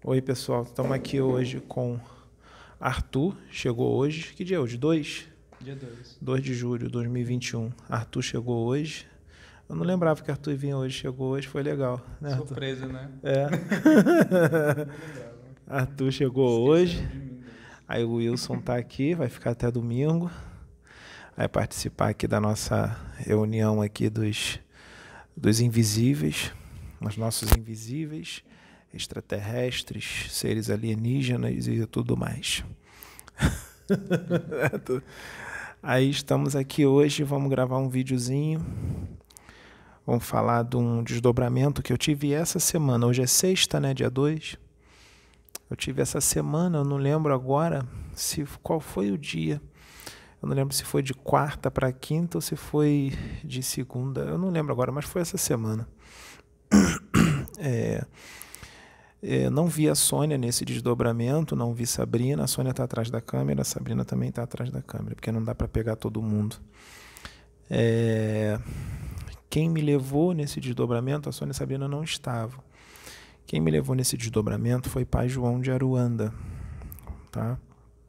Oi, pessoal. Estamos aqui hoje com Arthur. Chegou hoje. Que dia é hoje? 2? Dia 2. 2 de julho de 2021. Arthur chegou hoje. Eu não lembrava que Arthur vinha hoje. Chegou hoje. Foi legal, né, Arthur? Surpresa, né? É. Arthur chegou hoje. Aí o Wilson tá aqui. Vai ficar até domingo. Vai participar aqui da nossa reunião aqui dos invisíveis. Os nossos invisíveis, extraterrestres, seres alienígenas e tudo mais. Aí estamos aqui hoje, vamos gravar um videozinho. Vamos falar de um desdobramento que eu tive essa semana. Hoje é sexta, né? Dia 2. Eu tive essa semana, eu não lembro agora qual foi o dia. Eu não lembro se foi de quarta para quinta ou se foi de segunda. Eu não lembro agora, mas foi essa semana. Não vi a Sônia nesse desdobramento, não vi Sabrina. A Sônia está atrás da câmera, a Sabrina também está atrás da câmera, porque não dá para pegar todo mundo. Quem me levou nesse desdobramento, a Sônia e a Sabrina não estavam. Quem me levou nesse desdobramento foi Pai João de Aruanda, tá?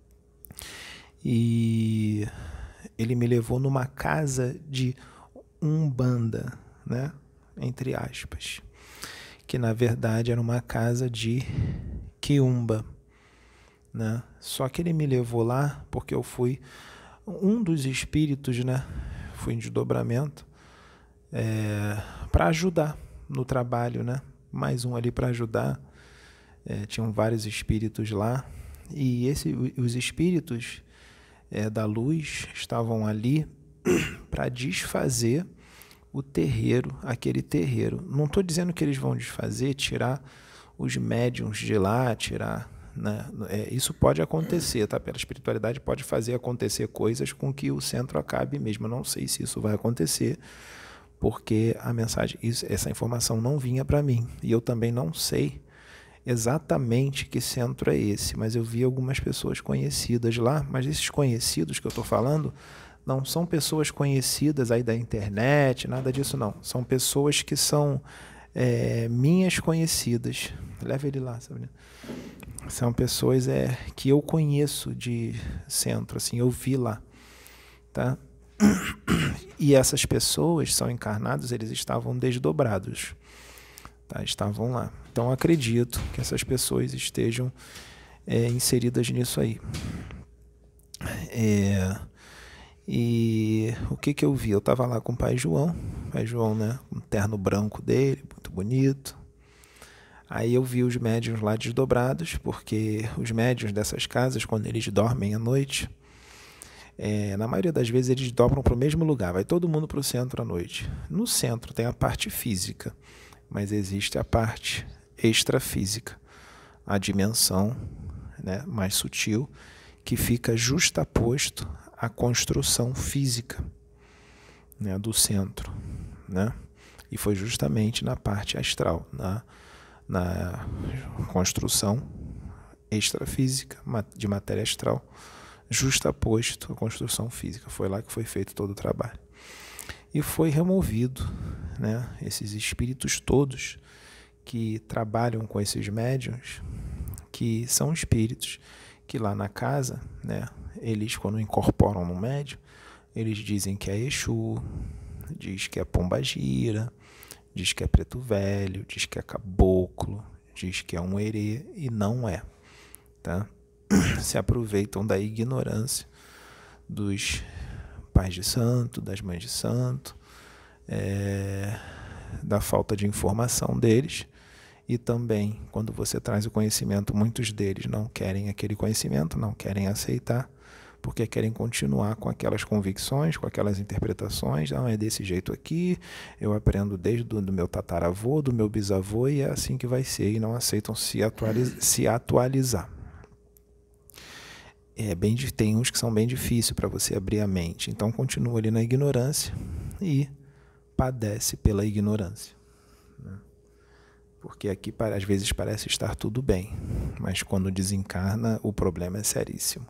E ele me levou numa casa de umbanda, né? Entre aspas, que na verdade era uma casa de quiumba, né? Só que ele me levou lá porque eu fui um dos espíritos, né? Fui em desdobramento para ajudar no trabalho, né? Mais um ali para ajudar. Tinham vários espíritos lá e os espíritos da luz estavam ali para desfazer o terreiro, aquele terreiro. Não estou dizendo que eles vão desfazer, tirar os médiuns de lá, tirar, né? Isso pode acontecer, tá? Pela espiritualidade pode fazer acontecer coisas com que o centro acabe mesmo. Eu não sei se isso vai acontecer, porque a mensagem, essa informação não vinha para mim. E eu também não sei exatamente que centro é esse, mas eu vi algumas pessoas conhecidas lá, mas esses conhecidos que eu estou falando não são pessoas conhecidas aí da internet, nada disso não. São pessoas que são minhas conhecidas. Leva ele lá, Sabrina. São pessoas que eu conheço de centro, assim, eu vi lá, tá? E essas pessoas são encarnados, eles estavam desdobrados, tá? Estavam lá. Então acredito que essas pessoas estejam inseridas nisso aí. E o que eu vi? Eu estava lá com o Pai João, né, um terno branco dele, muito bonito. Aí eu vi os médiuns lá desdobrados, porque os médiuns dessas casas, quando eles dormem à noite, na maioria das vezes eles dobram para o mesmo lugar, vai todo mundo para o centro à noite. No centro tem a parte física, mas existe a parte extrafísica, a dimensão, né, mais sutil, que fica justaposto à construção física, né, do centro, né? E foi justamente na parte astral, na construção extrafísica de matéria astral, justaposto à construção física. Foi lá que foi feito todo o trabalho. E foi removido, né, esses espíritos todos que trabalham com esses médiuns, que são espíritos que lá na casa, né, eles quando incorporam no médium, eles dizem que é Exu, diz que é Pombagira, diz que é Preto Velho, diz que é Caboclo, diz que é um Herê, e não é, tá? Se aproveitam da ignorância dos pais de santo, das mães de santo, da falta de informação deles. E também, quando você traz o conhecimento, muitos deles não querem aquele conhecimento, não querem aceitar, porque querem continuar com aquelas convicções, com aquelas interpretações. Não, é desse jeito aqui, eu aprendo desde do meu tataravô, do meu bisavô, e é assim que vai ser, e não aceitam se atualizar. Tem uns que são bem difíceis para você abrir a mente, então continua ali na ignorância e padece pela ignorância, né? Porque aqui às vezes parece estar tudo bem, mas quando desencarna o problema é seríssimo.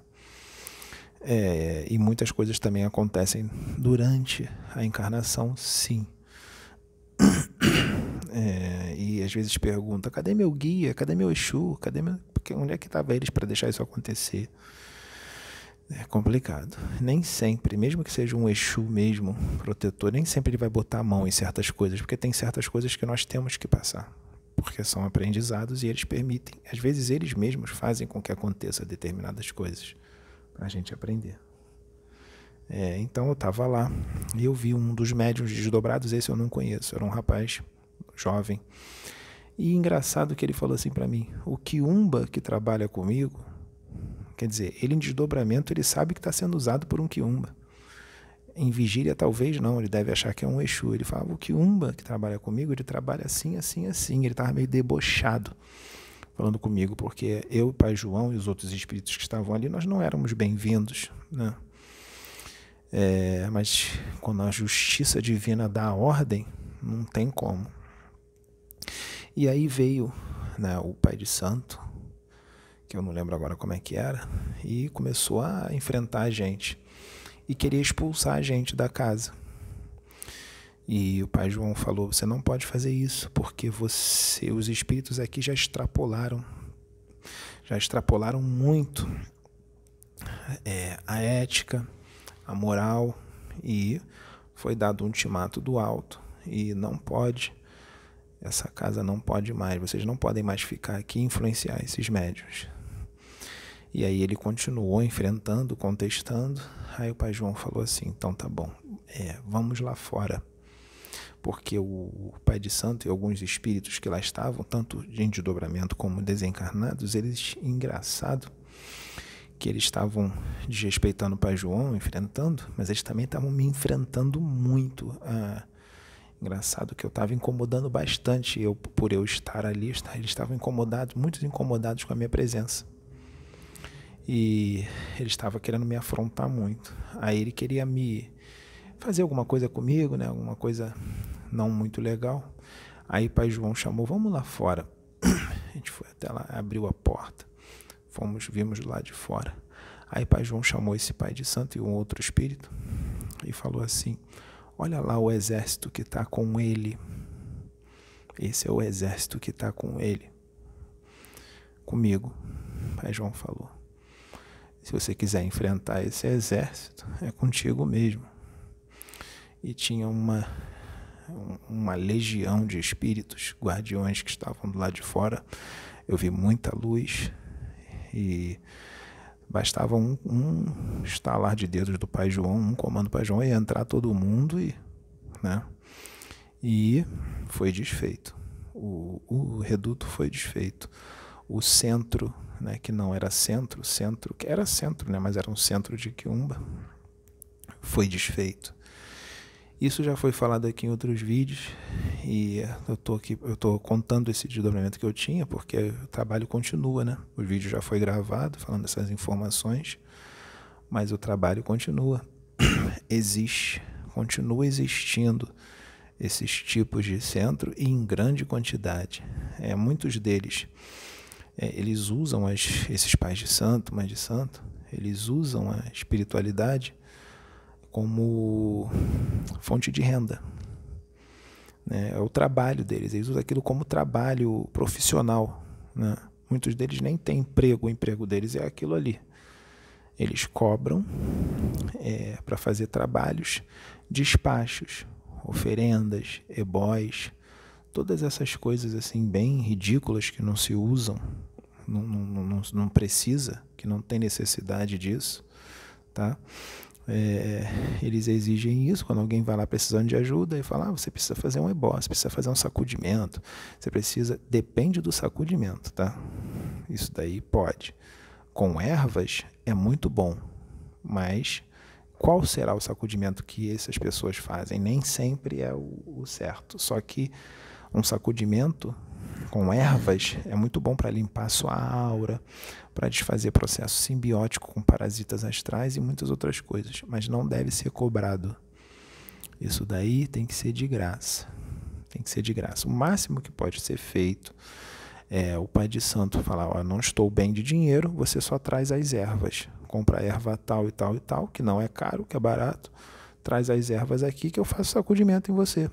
E muitas coisas também acontecem durante a encarnação, sim. E às vezes perguntam, cadê meu guia? Cadê meu Exu? Porque onde é que estavam eles para deixar isso acontecer? É complicado. Nem sempre, mesmo que seja um Exu mesmo, protetor, nem sempre ele vai botar a mão em certas coisas, porque tem certas coisas que nós temos que passar, porque são aprendizados e eles permitem. Às vezes eles mesmos fazem com que aconteça determinadas coisas para a gente aprender. Então eu estava lá e eu vi um dos médiuns desdobrados, esse eu não conheço, era um rapaz jovem. E engraçado que ele falou assim para mim, o quiumba que trabalha comigo, quer dizer, ele em desdobramento, ele sabe que está sendo usado por um quiumba. Em vigília talvez não, ele deve achar que é um Exu. Ele falava, o quiumba que trabalha comigo, ele trabalha assim, assim, assim. Ele estava meio debochado falando comigo, porque eu, Pai João e os outros espíritos que estavam ali, nós não éramos bem-vindos, né? Mas quando a justiça divina dá a ordem, não tem como. E aí veio, né, o pai de santo, que eu não lembro agora como é que era, e começou a enfrentar a gente e queria expulsar a gente da casa. E o pai João falou, você não pode fazer isso, porque os espíritos aqui já extrapolaram muito a ética, a moral, e foi dado um ultimato do alto, e não pode, essa casa não pode mais, vocês não podem mais ficar aqui e influenciar esses médiuns. E aí ele continuou enfrentando, contestando, aí o pai João falou assim, então tá bom, vamos lá fora, porque o pai de santo e alguns espíritos que lá estavam, tanto em desdobramento como desencarnados, eles, engraçado, que eles estavam desrespeitando o pai João, enfrentando, mas eles também estavam me enfrentando muito. Engraçado que eu estava incomodando bastante, por eu estar ali, eles estavam incomodados, muito incomodados com a minha presença. E ele estava querendo me afrontar muito. Aí ele queria me fazer alguma coisa comigo, né? Alguma coisa não muito legal. Aí o pai João chamou, vamos lá fora. A gente foi até lá, abriu a porta. Vimos do lado de fora. Aí pai João chamou esse pai de santo e um outro espírito e falou assim, olha lá o exército que está com ele. Esse é o exército que está com ele. Comigo. Pai João falou. Se você quiser enfrentar esse exército, é contigo mesmo. E tinha uma legião de espíritos, guardiões que estavam do lado de fora. Eu vi muita luz e bastava um estalar de dedos do pai João, um comando do pai João, ia entrar todo mundo né? E foi desfeito. O reduto foi desfeito. O centro, né, que não era centro, que era centro, né, mas era um centro de quiumba, foi desfeito. Isso já foi falado aqui em outros vídeos e eu tô contando esse desdobramento que eu tinha porque o trabalho continua, né? O vídeo já foi gravado falando dessas informações, mas o trabalho continua. Continua existindo esses tipos de centro e em grande quantidade. Muitos deles, eles usam esses pais de santo, mãe de santo, eles usam a espiritualidade como fonte de renda, né? É o trabalho deles, eles usam aquilo como trabalho profissional, né? Muitos deles nem têm emprego, o emprego deles é aquilo ali. Eles cobram para fazer trabalhos, despachos, oferendas, ebóis, todas essas coisas assim bem ridículas que não se usam, não precisa, que não tem necessidade disso, tá? Eles exigem isso quando alguém vai lá precisando de ajuda e fala, você precisa fazer um ebó, você precisa fazer um sacudimento, depende do sacudimento, tá? Isso daí pode. Com ervas é muito bom, mas qual será o sacudimento que essas pessoas fazem? Nem sempre é o certo, só que um sacudimento com ervas é muito bom para limpar a sua aura, para desfazer processo simbiótico com parasitas astrais e muitas outras coisas, mas não deve ser cobrado. Isso daí tem que ser de graça. Tem que ser de graça. O máximo que pode ser feito é o pai de santo falar, não estou bem de dinheiro, você só traz as ervas. Compra a erva tal e tal e tal, que não é caro, que é barato. Traz as ervas aqui que eu faço sacudimento em você.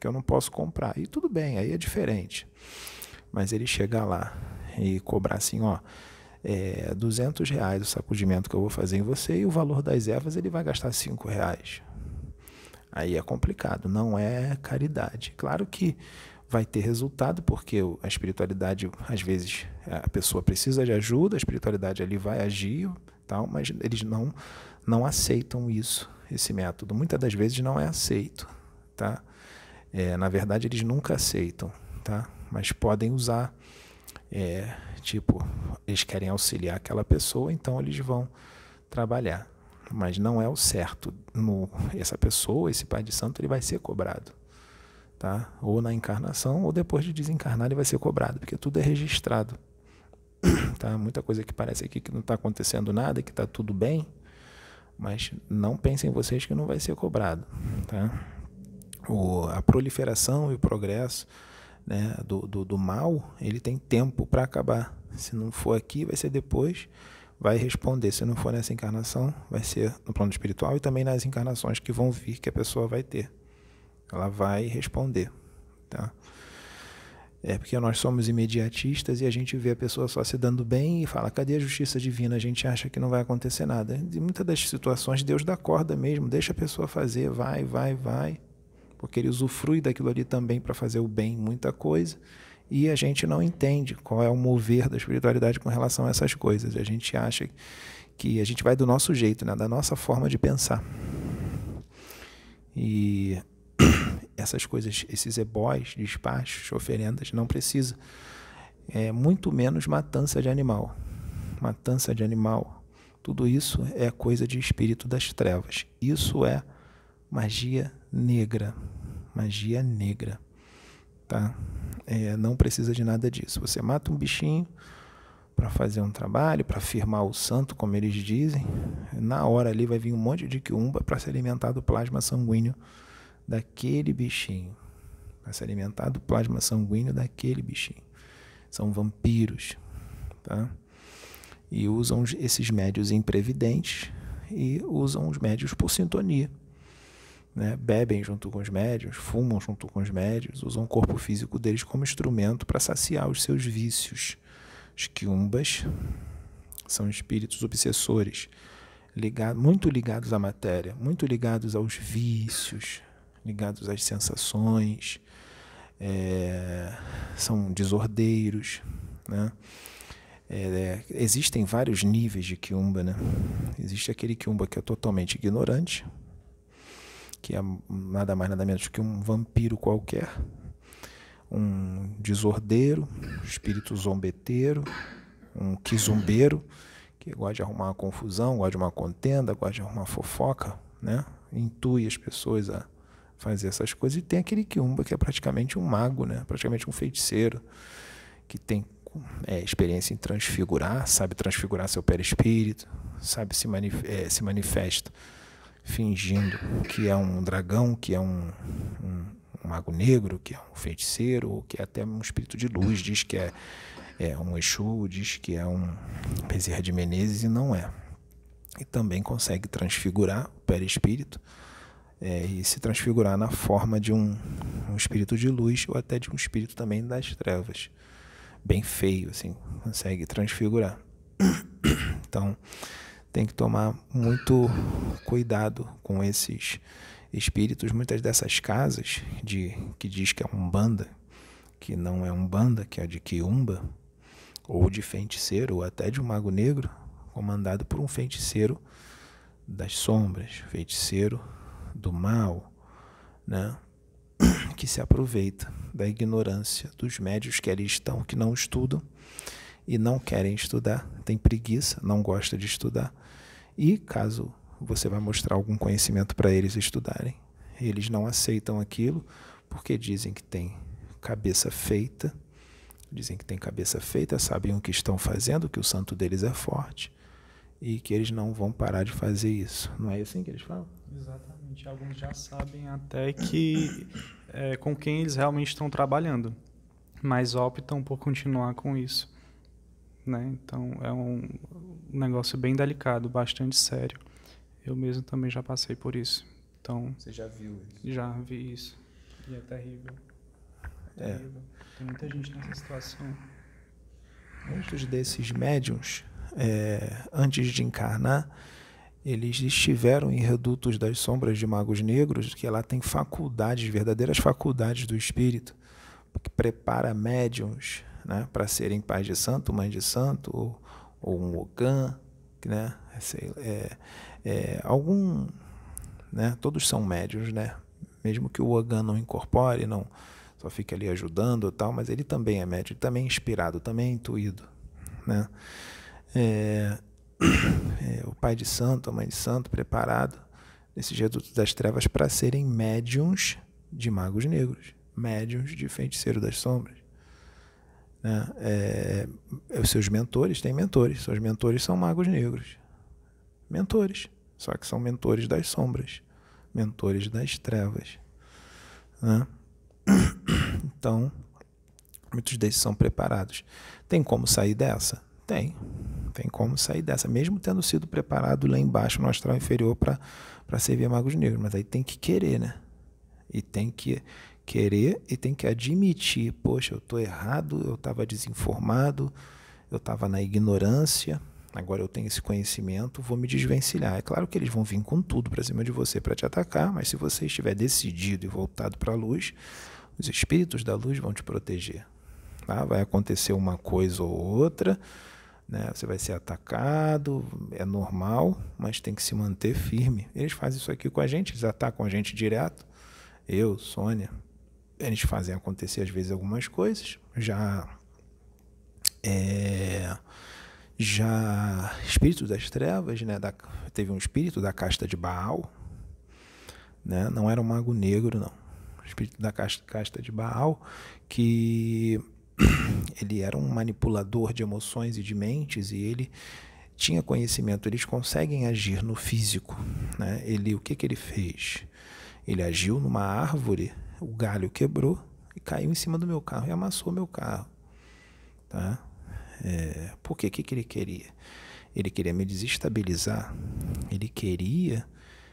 porque eu não posso comprar. E tudo bem, aí é diferente. Mas ele chegar lá e cobrar assim, ó, R$200 o sacudimento que eu vou fazer em você e o valor das ervas ele vai gastar R$5. Aí é complicado, não é caridade. Claro que vai ter resultado, porque a espiritualidade, às vezes, a pessoa precisa de ajuda, a espiritualidade ali vai agir, tal, mas eles não aceitam isso, esse método. Muitas das vezes não é aceito, tá? Na verdade, eles nunca aceitam, tá? Mas podem usar, tipo, eles querem auxiliar aquela pessoa, então eles vão trabalhar. Mas não é o certo. Essa pessoa, esse pai de santo, ele vai ser cobrado. Tá? Ou na encarnação, ou depois de desencarnar ele vai ser cobrado, porque tudo é registrado. Tá? Muita coisa que parece aqui que não está acontecendo nada, que está tudo bem, mas não pensem vocês que não vai ser cobrado. Tá? A proliferação e o progresso, né, do mal, ele tem tempo para acabar. Se não for aqui, vai ser depois, vai responder. Se não for nessa encarnação, vai ser no plano espiritual e também nas encarnações que vão vir, que a pessoa vai ter. Ela vai responder, tá? Porque nós somos imediatistas e a gente vê a pessoa só se dando bem e fala, cadê a justiça divina? A gente acha que não vai acontecer nada. Em muitas das situações, Deus dá corda mesmo, deixa a pessoa fazer, vai, porque ele usufrui daquilo ali também para fazer o bem, muita coisa, e a gente não entende qual é o mover da espiritualidade com relação a essas coisas. A gente acha que a gente vai do nosso jeito, né? Da nossa forma de pensar. E essas coisas, esses ebóis, despachos, oferendas, não precisa. Muito menos matança de animal. Matança de animal. Tudo isso é coisa de espírito das trevas. Isso é magia negra. Magia negra. Tá? Não precisa de nada disso. Você mata um bichinho para fazer um trabalho, para firmar o santo, como eles dizem. Na hora ali vai vir um monte de quiumba para se alimentar do plasma sanguíneo daquele bichinho. Para se alimentar do plasma sanguíneo daquele bichinho. São vampiros. Tá? E usam esses médios imprevidentes e usam os médios por sintonia. Né? Bebem junto com os médios, fumam junto com os médios, usam o corpo físico deles como instrumento para saciar os seus vícios. Os quiumbas são espíritos obsessores, muito ligados à matéria, muito ligados aos vícios, ligados às sensações, são desordeiros, né? Existem vários níveis de quiumba, né? Existe aquele quiumba que é totalmente ignorante, que é nada mais nada menos que um vampiro qualquer, um desordeiro, um espírito zombeteiro, um quizumbeiro, que gosta de arrumar uma confusão, gosta de uma contenda, gosta de arrumar fofoca, né? Intui as pessoas a fazer essas coisas. E tem aquele quiumba que é praticamente um mago, né? Praticamente um feiticeiro, que tem experiência em transfigurar, sabe transfigurar seu perispírito, sabe se manifesta fingindo que é um dragão, que é um mago negro, que é um feiticeiro, ou que é até um espírito de luz, diz que é um Exu, diz que é um Bezerra de Menezes, e não é. E também consegue transfigurar o perispírito, e se transfigurar na forma de um espírito de luz, ou até de um espírito também das trevas. Bem feio, assim, consegue transfigurar. Então, tem que tomar muito cuidado com esses espíritos. Muitas dessas casas que diz que é umbanda, que não é umbanda, que é de quiumba, ou de feiticeiro, ou até de um mago negro, comandado por um feiticeiro das sombras, feiticeiro do mal, né? Que se aproveita da ignorância dos médios que ali estão, que não estudam e não querem estudar, tem preguiça, não gosta de estudar. E caso você vai mostrar algum conhecimento para eles estudarem, eles não aceitam aquilo porque dizem que tem cabeça feita, sabem o que estão fazendo, que o santo deles é forte e que eles não vão parar de fazer isso. Não é assim que eles falam? Exatamente. Alguns já sabem até que com quem eles realmente estão trabalhando, mas optam por continuar com isso. Né? Então é um negócio bem delicado, bastante sério. Eu mesmo também já passei por isso. Então, você já viu isso? Já vi isso. E é terrível. É terrível. Tem muita gente nessa situação. Muitos desses médiuns, antes de encarnar, eles estiveram em redutos das sombras de magos negros, que lá tem faculdades, verdadeiras faculdades do espírito, que prepara médiuns, né, para serem pais de santo, mãe de santo, ou um Ogã, né, algum, né, todos são médiuns, né, mesmo que o Ogã não incorpore, não só fique ali ajudando e tal, mas ele também é médium, também é inspirado, também é intuído, né? O pai de santo, a mãe de santo, preparado nesses redutos das trevas para serem médiuns de magos negros, médiuns de feiticeiro das sombras, né? Os seus mentores têm mentores, seus mentores são magos negros, mentores, só que são mentores das sombras, mentores das trevas, né? Então, muitos desses são preparados. Tem como sair dessa? Tem como sair dessa, mesmo tendo sido preparado lá embaixo no astral inferior para servir a magos negros, mas aí tem que querer, né? E tem que querer e tem que admitir, poxa, eu estou errado, eu estava desinformado, eu estava na ignorância, agora eu tenho esse conhecimento, vou me desvencilhar. É claro que eles vão vir com tudo para cima de você para te atacar, mas se você estiver decidido e voltado para a luz, os espíritos da luz vão te proteger. Tá? Vai acontecer uma coisa ou outra, né? Você vai ser atacado, é normal, mas tem que se manter firme. Eles fazem isso aqui com a gente, eles atacam a gente direto. Eu, Sônia, eles fazem acontecer às vezes algumas coisas. Já espíritos das trevas, né? Teve um espírito da casta de Baal, né? Não era um mago negro, não. O espírito da casta de Baal, que ele era um manipulador de emoções e de mentes, e ele tinha conhecimento. Eles conseguem agir no físico, né? O que ele fez? Ele agiu numa árvore, o galho quebrou e caiu em cima do meu carro e amassou meu carro, tá? Por quê? O que ele queria? Ele queria me desestabilizar. Ele queria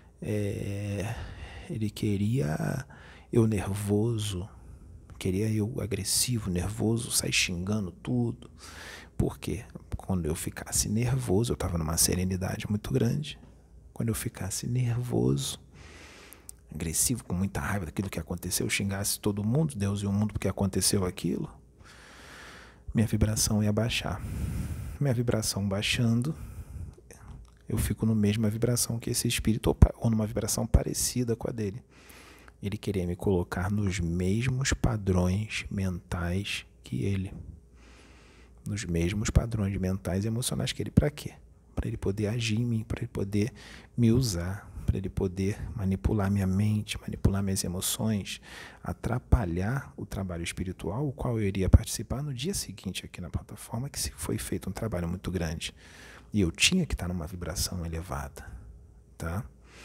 eu nervoso, queria eu agressivo, nervoso, sair xingando tudo. Por quê? Quando eu ficasse nervoso, eu estava numa serenidade muito grande, quando eu ficasse nervoso, agressivo, com muita raiva daquilo que aconteceu, eu xingasse todo mundo, Deus e o mundo, porque aconteceu aquilo, minha vibração ia baixar. Minha vibração baixando, eu fico na mesma vibração que esse espírito, ou numa vibração parecida com a dele. Ele queria me colocar nos mesmos padrões mentais que ele. Nos mesmos padrões mentais e emocionais que ele. Para quê? Para ele poder agir em mim, para ele poder me usar, para ele poder manipular minha mente, manipular minhas emoções, atrapalhar o trabalho espiritual, o qual eu iria participar no dia seguinte aqui na plataforma, que foi feito um trabalho muito grande. E eu tinha que estar numa vibração elevada, tá?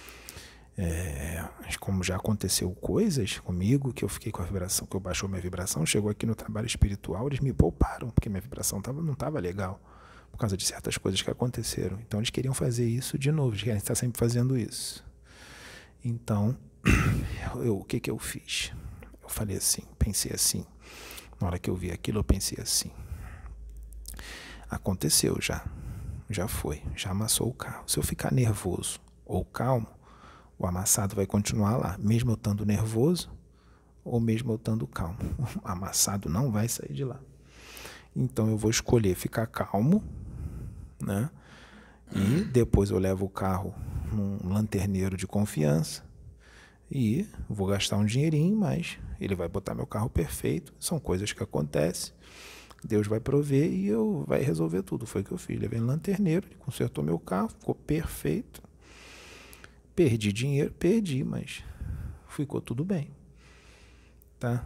Como já aconteceu coisas comigo, que eu fiquei com a vibração, que eu baixou minha vibração, chegou aqui no trabalho espiritual, eles me pouparam, porque minha vibração não estava legal, por causa de certas coisas que aconteceram. Então eles queriam fazer isso de novo, eles querem estar sempre fazendo isso. Então, o que eu fiz? Eu falei assim, pensei assim, na hora que eu vi aquilo eu pensei assim, aconteceu já foi, já amassou o carro. Se eu ficar nervoso ou calmo, o amassado vai continuar lá, mesmo eu estando nervoso ou mesmo eu estando calmo. O amassado não vai sair de lá. Então eu vou escolher ficar calmo, né? E depois eu levo o carro num lanterneiro de confiança e vou gastar um dinheirinho, mas ele vai botar meu carro perfeito. São coisas que acontecem. Deus vai prover e vai resolver tudo. Foi o que eu fiz. Levei no lanterneiro, ele consertou meu carro, ficou perfeito. Perdi dinheiro, mas ficou tudo bem. Tá?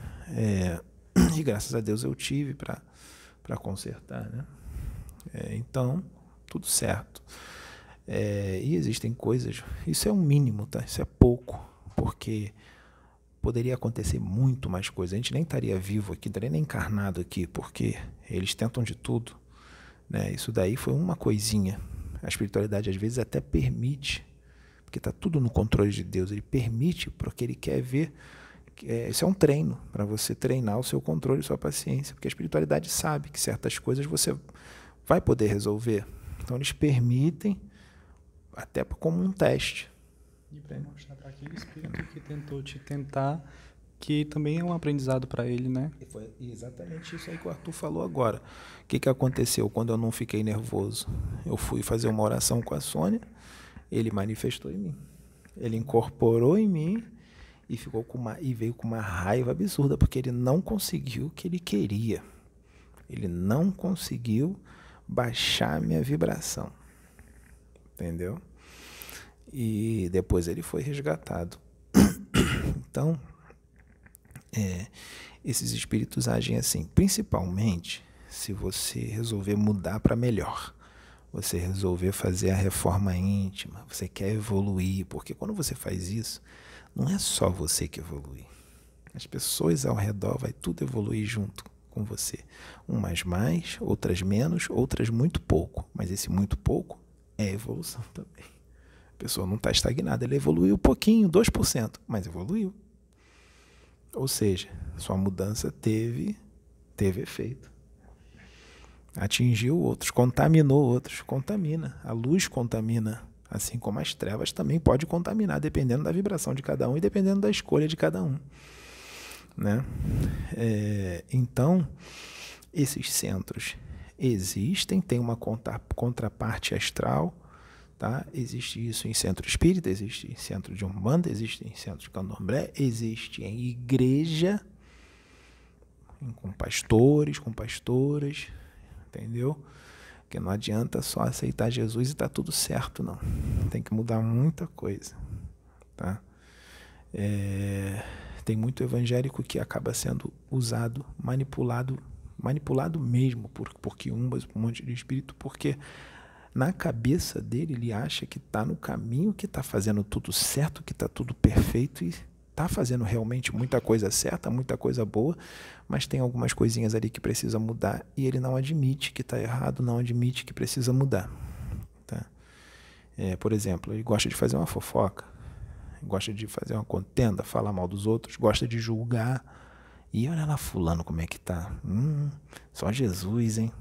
E graças a Deus eu tive para consertar, né? Então, tudo certo. E existem coisas, isso é um mínimo, tá? Isso é pouco, porque poderia acontecer muito mais coisas. A gente nem estaria vivo aqui, estaria nem encarnado aqui, porque eles tentam de tudo, né? Isso daí foi uma coisinha. A espiritualidade às vezes até permite, porque está tudo no controle de Deus. Ele permite porque ele quer ver Isso é um treino para você treinar o seu controle e sua paciência, porque a espiritualidade sabe que certas coisas você vai poder resolver. Então eles permitem até como um teste. E para mostrar para aquele espírito que tentou te tentar, que também é um aprendizado para ele, né? E foi exatamente isso aí que o Arthur falou agora. O que aconteceu quando eu não fiquei nervoso? Eu fui fazer uma oração com a Sônia, ele manifestou em mim. Ele incorporou em mim e veio com uma raiva absurda, porque ele não conseguiu o que ele queria. Ele não conseguiu baixar a minha vibração. Entendeu? E depois ele foi resgatado. Então, esses espíritos agem assim, principalmente se você resolver mudar para melhor. Você resolver fazer a reforma íntima, você quer evoluir, porque quando você faz isso, não é só você que evolui. As pessoas ao redor vai tudo evoluir junto com você. Umas mais, outras menos, outras muito pouco. Mas esse muito pouco é evolução também. A pessoa não está estagnada, ela evoluiu um pouquinho, 2%, mas evoluiu. Ou seja, sua mudança teve efeito. Atingiu outros, contaminou outros, contamina. A luz contamina, assim como as trevas também pode contaminar, dependendo da vibração de cada um e dependendo da escolha de cada um. Né? Então, esses centros existem, tem uma contraparte astral, tá? Existe isso em centro espírita, existe em centro de Umbanda, existe em centro de Candomblé, existe em igreja, com pastores, com pastoras, entendeu? Porque não adianta só aceitar Jesus e tá tudo certo, não. Tem que mudar muita coisa, tá? Tem muito evangélico que acaba sendo usado, manipulado mesmo por quiumbas, por um monte de espírito, porque na cabeça dele ele acha que está no caminho, que está fazendo tudo certo, que está tudo perfeito e está fazendo realmente muita coisa certa, muita coisa boa, mas tem algumas coisinhas ali que precisa mudar e ele não admite que está errado, não admite que precisa mudar. Tá? Por exemplo, ele gosta de fazer uma fofoca, gosta de fazer uma contenda, falar mal dos outros, gosta de julgar. E olha lá fulano como é que tá. Só Jesus, hein?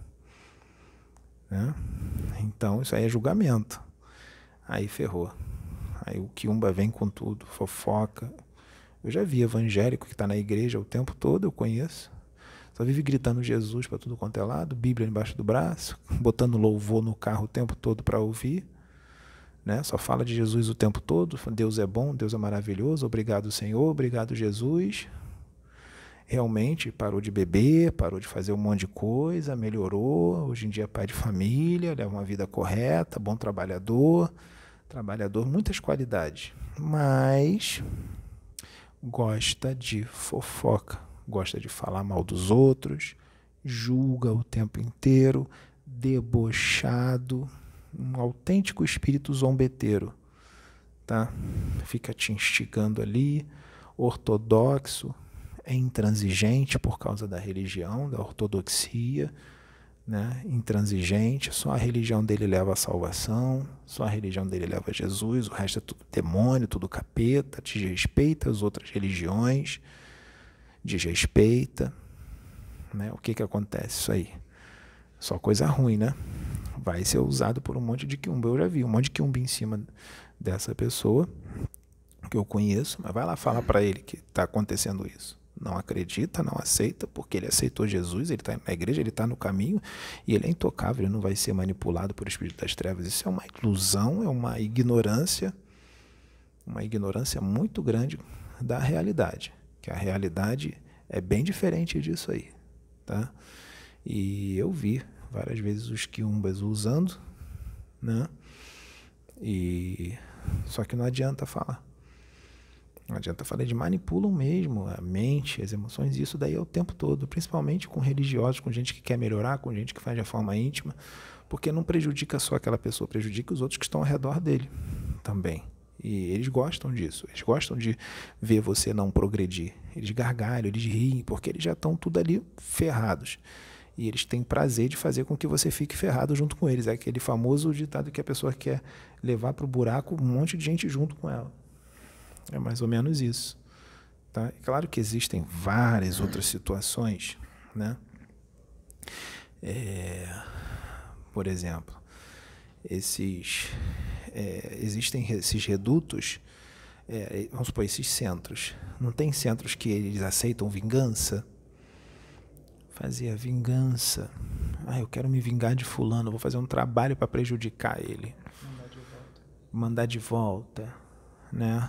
Então isso aí é julgamento. Aí ferrou. Aí o quiumba vem com tudo, fofoca. Eu já vi evangélico que está na igreja o tempo todo, eu conheço. Só vive gritando Jesus para tudo quanto é lado, Bíblia embaixo do braço, botando louvor no carro o tempo todo para ouvir. Né? Só fala de Jesus o tempo todo. Deus é bom, Deus é maravilhoso, obrigado Senhor, obrigado Jesus. Realmente parou de beber, parou de fazer um monte de coisa, melhorou, hoje em dia é pai de família, leva uma vida correta, bom trabalhador, muitas qualidades, mas gosta de fofoca, gosta de falar mal dos outros, julga o tempo inteiro, debochado, um autêntico espírito zombeteiro, tá? Fica te instigando ali, ortodoxo, é intransigente por causa da religião, da ortodoxia, né? Intransigente, só a religião dele leva a salvação, só a religião dele leva a Jesus, o resto é tudo demônio, tudo capeta, desrespeita as outras religiões, desrespeita, né? O que acontece isso aí? Só coisa ruim, né? Vai ser usado por um monte de quiumba. Eu já vi um monte de quiumba em cima dessa pessoa que eu conheço, mas vai lá falar para ele que está acontecendo isso. Não acredita, não aceita, porque ele aceitou Jesus, ele está na igreja, ele está no caminho e ele é intocável, ele não vai ser manipulado por espírito das trevas. Isso é uma ilusão, é uma ignorância muito grande da realidade, que a realidade é bem diferente disso aí, tá? E eu vi várias vezes os quiumbas usando, né? Só que não adianta falar. Não adianta falar, eles manipulam mesmo a mente, as emoções, e isso daí é o tempo todo, principalmente com religiosos, com gente que quer melhorar, com gente que faz de forma íntima, porque não prejudica só aquela pessoa, prejudica os outros que estão ao redor dele também. E eles gostam disso, eles gostam de ver você não progredir. Eles gargalham, eles riem, porque eles já estão tudo ali ferrados. E eles têm prazer de fazer com que você fique ferrado junto com eles. É aquele famoso ditado que a pessoa quer levar para o buraco um monte de gente junto com ela. É mais ou menos isso, Tá? É claro que existem várias outras situações, né? Por exemplo, existem esses redutos, vamos supor, esses centros. Não tem centros que eles aceitam vingança? Fazia vingança. Eu quero me vingar de fulano, vou fazer um trabalho para prejudicar ele. Mandar de volta, né?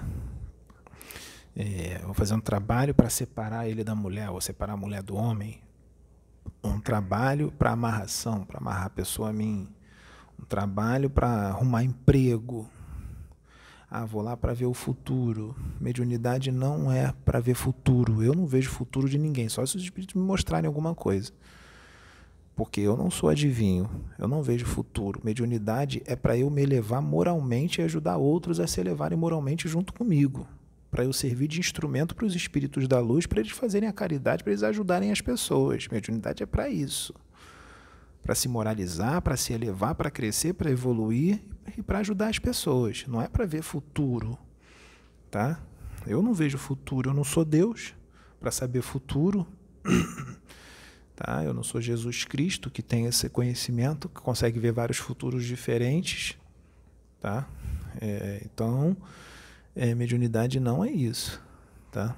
Vou fazer um trabalho para separar ele da mulher, ou separar a mulher do homem. Um trabalho para amarração, para amarrar a pessoa a mim. Um trabalho para arrumar emprego. Vou lá para ver o futuro. Mediunidade não é para ver futuro. Eu não vejo futuro de ninguém, só se os espíritos me mostrarem alguma coisa. Porque eu não sou adivinho, eu não vejo futuro. Mediunidade é para eu me elevar moralmente e ajudar outros a se elevarem moralmente junto comigo. Para eu servir de instrumento para os espíritos da luz, para eles fazerem a caridade, para eles ajudarem as pessoas. Mediunidade é para isso. Para se moralizar, para se elevar, para crescer, para evoluir e para ajudar as pessoas. Não é para ver futuro, tá? Eu não vejo futuro, eu não sou Deus para saber futuro. Tá? Eu não sou Jesus Cristo, que tem esse conhecimento, que consegue ver vários futuros diferentes. Tá? Então, mediunidade não é isso. Tá?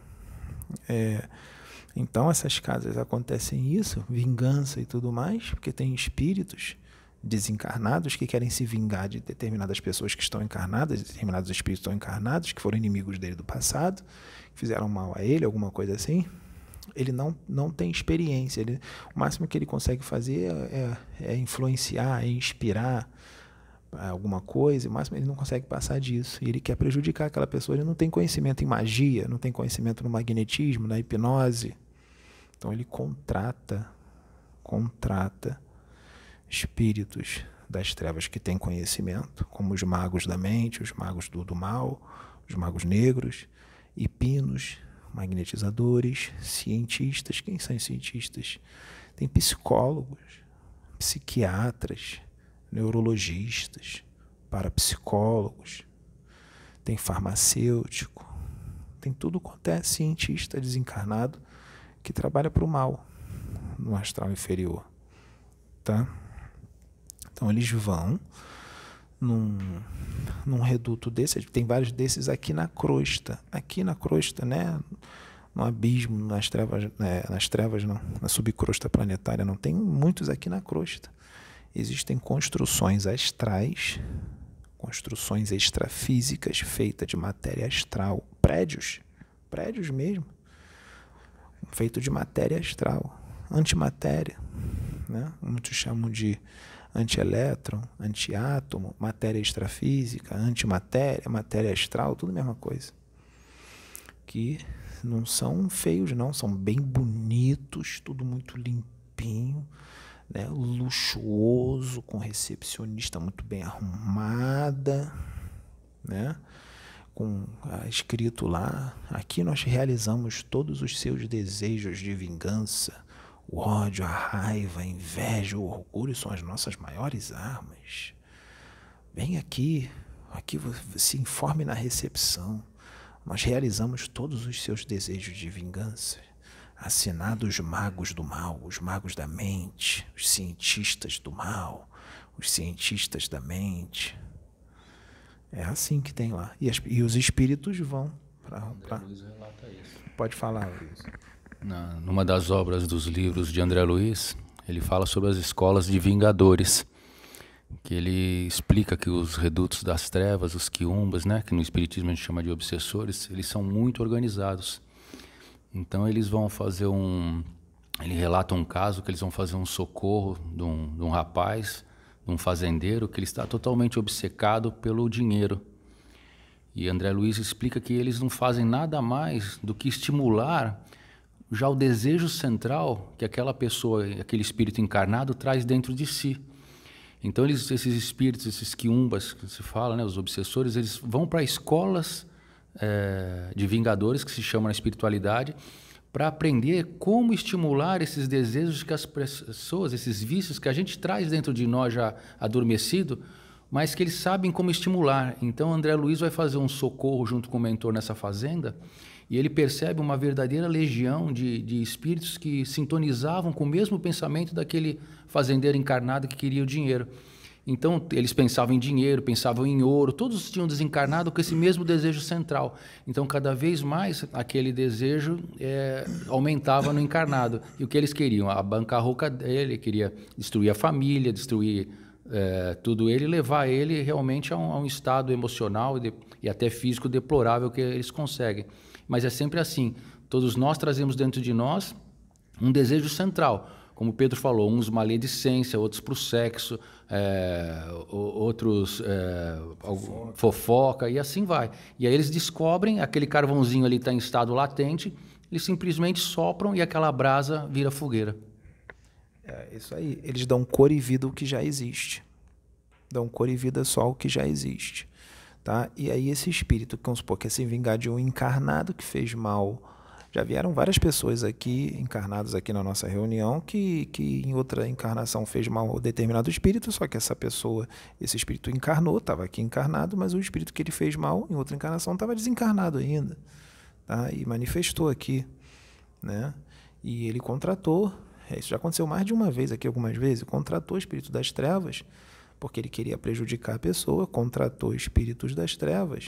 Então, essas casas acontecem isso, vingança e tudo mais, porque tem espíritos desencarnados que querem se vingar de determinadas pessoas que estão encarnadas, determinados espíritos estão encarnados, que foram inimigos dele do passado, que fizeram mal a ele, alguma coisa assim. Ele não tem experiência. O máximo que ele consegue fazer é influenciar, é inspirar alguma coisa. O máximo ele não consegue passar disso. E ele quer prejudicar aquela pessoa. Ele não tem conhecimento em magia, não tem conhecimento no magnetismo, na hipnose. Então ele contrata espíritos das trevas que têm conhecimento, como os magos da mente, os magos do mal, os magos negros, hipinos, magnetizadores, cientistas. Quem são os cientistas? Tem psicólogos, psiquiatras, neurologistas, parapsicólogos, tem farmacêutico, tem tudo quanto é cientista desencarnado que trabalha para o mal no astral inferior. Tá? Então eles vão num reduto desse, tem vários desses aqui na crosta, né? No abismo, nas trevas não, na subcrosta planetária não, tem muitos aqui na crosta. Existem construções astrais, construções extrafísicas feitas de matéria astral, prédios mesmo, feito de matéria astral, antimatéria, né? Muitos chamam de antielétron, antiátomo, matéria extrafísica, antimatéria, matéria astral, tudo a mesma coisa. Que não são feios não, são bem bonitos, tudo muito limpinho, né? Luxuoso, com recepcionista muito bem arrumada, né? Escrito lá, aqui nós realizamos todos os seus desejos de vingança. O ódio, a raiva, a inveja, o orgulho são as nossas maiores armas. Vem aqui se informe na recepção. Nós realizamos todos os seus desejos de vingança. Assinado os magos do mal, os magos da mente, os cientistas do mal, os cientistas da mente. É assim que tem lá. E os espíritos vão para... Luiz relata isso. Pode falar, Luiz. Numa das obras dos livros de André Luiz, ele fala sobre as escolas de vingadores, que ele explica que os redutos das trevas, os quiumbas, né, que no espiritismo a gente chama de obsessores, eles são muito organizados. Então eles vão fazer ele relata um caso que eles vão fazer um socorro de um rapaz, de um fazendeiro, que ele está totalmente obcecado pelo dinheiro. E André Luiz explica que eles não fazem nada mais do que estimular já o desejo central que aquela pessoa, aquele espírito encarnado traz dentro de si. Então esses espíritos, esses quiumbas que se fala, né, os obsessores, eles vão para escolas de vingadores, que se chamam na espiritualidade, para aprender como estimular esses desejos que as pessoas, esses vícios que a gente traz dentro de nós já adormecido, mas que eles sabem como estimular. Então André Luiz vai fazer um socorro junto com o mentor nessa fazenda, E ele percebe uma verdadeira legião de espíritos que sintonizavam com o mesmo pensamento daquele fazendeiro encarnado que queria o dinheiro. Então, eles pensavam em dinheiro, pensavam em ouro, todos tinham desencarnado com esse mesmo desejo central. Então, cada vez mais, aquele desejo aumentava no encarnado. E o que eles queriam? A bancarrota dele, queria destruir a família, destruir tudo ele, levar ele realmente a um estado emocional e até físico deplorável que eles conseguem. Mas é sempre assim, todos nós trazemos dentro de nós um desejo central. Como o Pedro falou, uns maledicência, outros para o sexo, outros fofoca, e assim vai. E aí eles descobrem, aquele carvãozinho ali está em estado latente, eles simplesmente sopram e aquela brasa vira fogueira. É isso aí. Eles dão cor e vida ao que já existe. Dão cor e vida só ao que já existe. Tá? E aí esse espírito, vamos supor, quer se vingar de um encarnado que fez mal. Já vieram várias pessoas aqui, encarnados aqui na nossa reunião, que em outra encarnação fez mal a determinado espírito, só que essa pessoa, esse espírito encarnou, estava aqui encarnado, mas o espírito que ele fez mal em outra encarnação estava desencarnado ainda, tá? E manifestou aqui, né? E ele contratou, isso já aconteceu mais de uma vez aqui, algumas vezes, contratou o espírito das trevas, porque ele queria prejudicar a pessoa, contratou espíritos das trevas,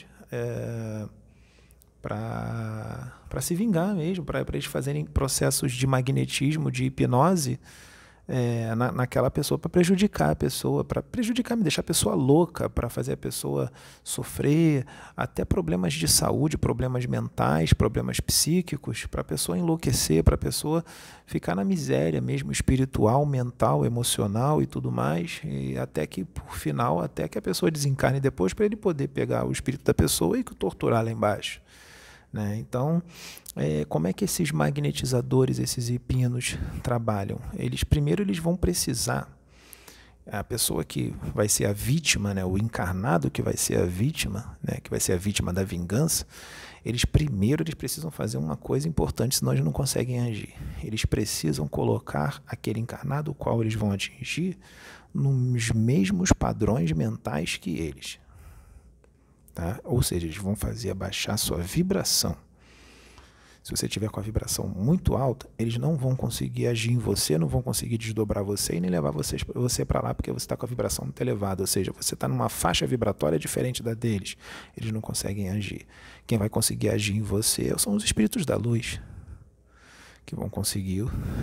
para se vingar mesmo, para eles fazerem processos de magnetismo, de hipnose naquela pessoa, para prejudicar a pessoa, me deixar a pessoa louca, para fazer a pessoa sofrer, até problemas de saúde, problemas mentais, problemas psíquicos, para a pessoa enlouquecer, para a pessoa ficar na miséria mesmo, espiritual, mental, emocional e tudo mais, e até que, por final, até que a pessoa desencarne depois, para ele poder pegar o espírito da pessoa e torturar lá embaixo. Né? Então, como é que esses magnetizadores, esses hipinos trabalham? Primeiro eles vão precisar, a pessoa que vai ser a vítima, né? O encarnado que vai ser a vítima, né? Que vai ser a vítima da vingança, eles precisam fazer uma coisa importante, senão eles não conseguem agir. Eles precisam colocar aquele encarnado, o qual eles vão atingir, nos mesmos padrões mentais que eles. Tá? Ou seja, eles vão fazer abaixar a sua vibração. Se você tiver com a vibração muito alta, eles não vão conseguir agir em você, não vão conseguir desdobrar você e nem levar você para lá, porque você está com a vibração muito elevada. Ou seja, você está numa faixa vibratória diferente da deles. Eles não conseguem agir. Quem vai conseguir agir em você são os espíritos da luz, que vão conseguir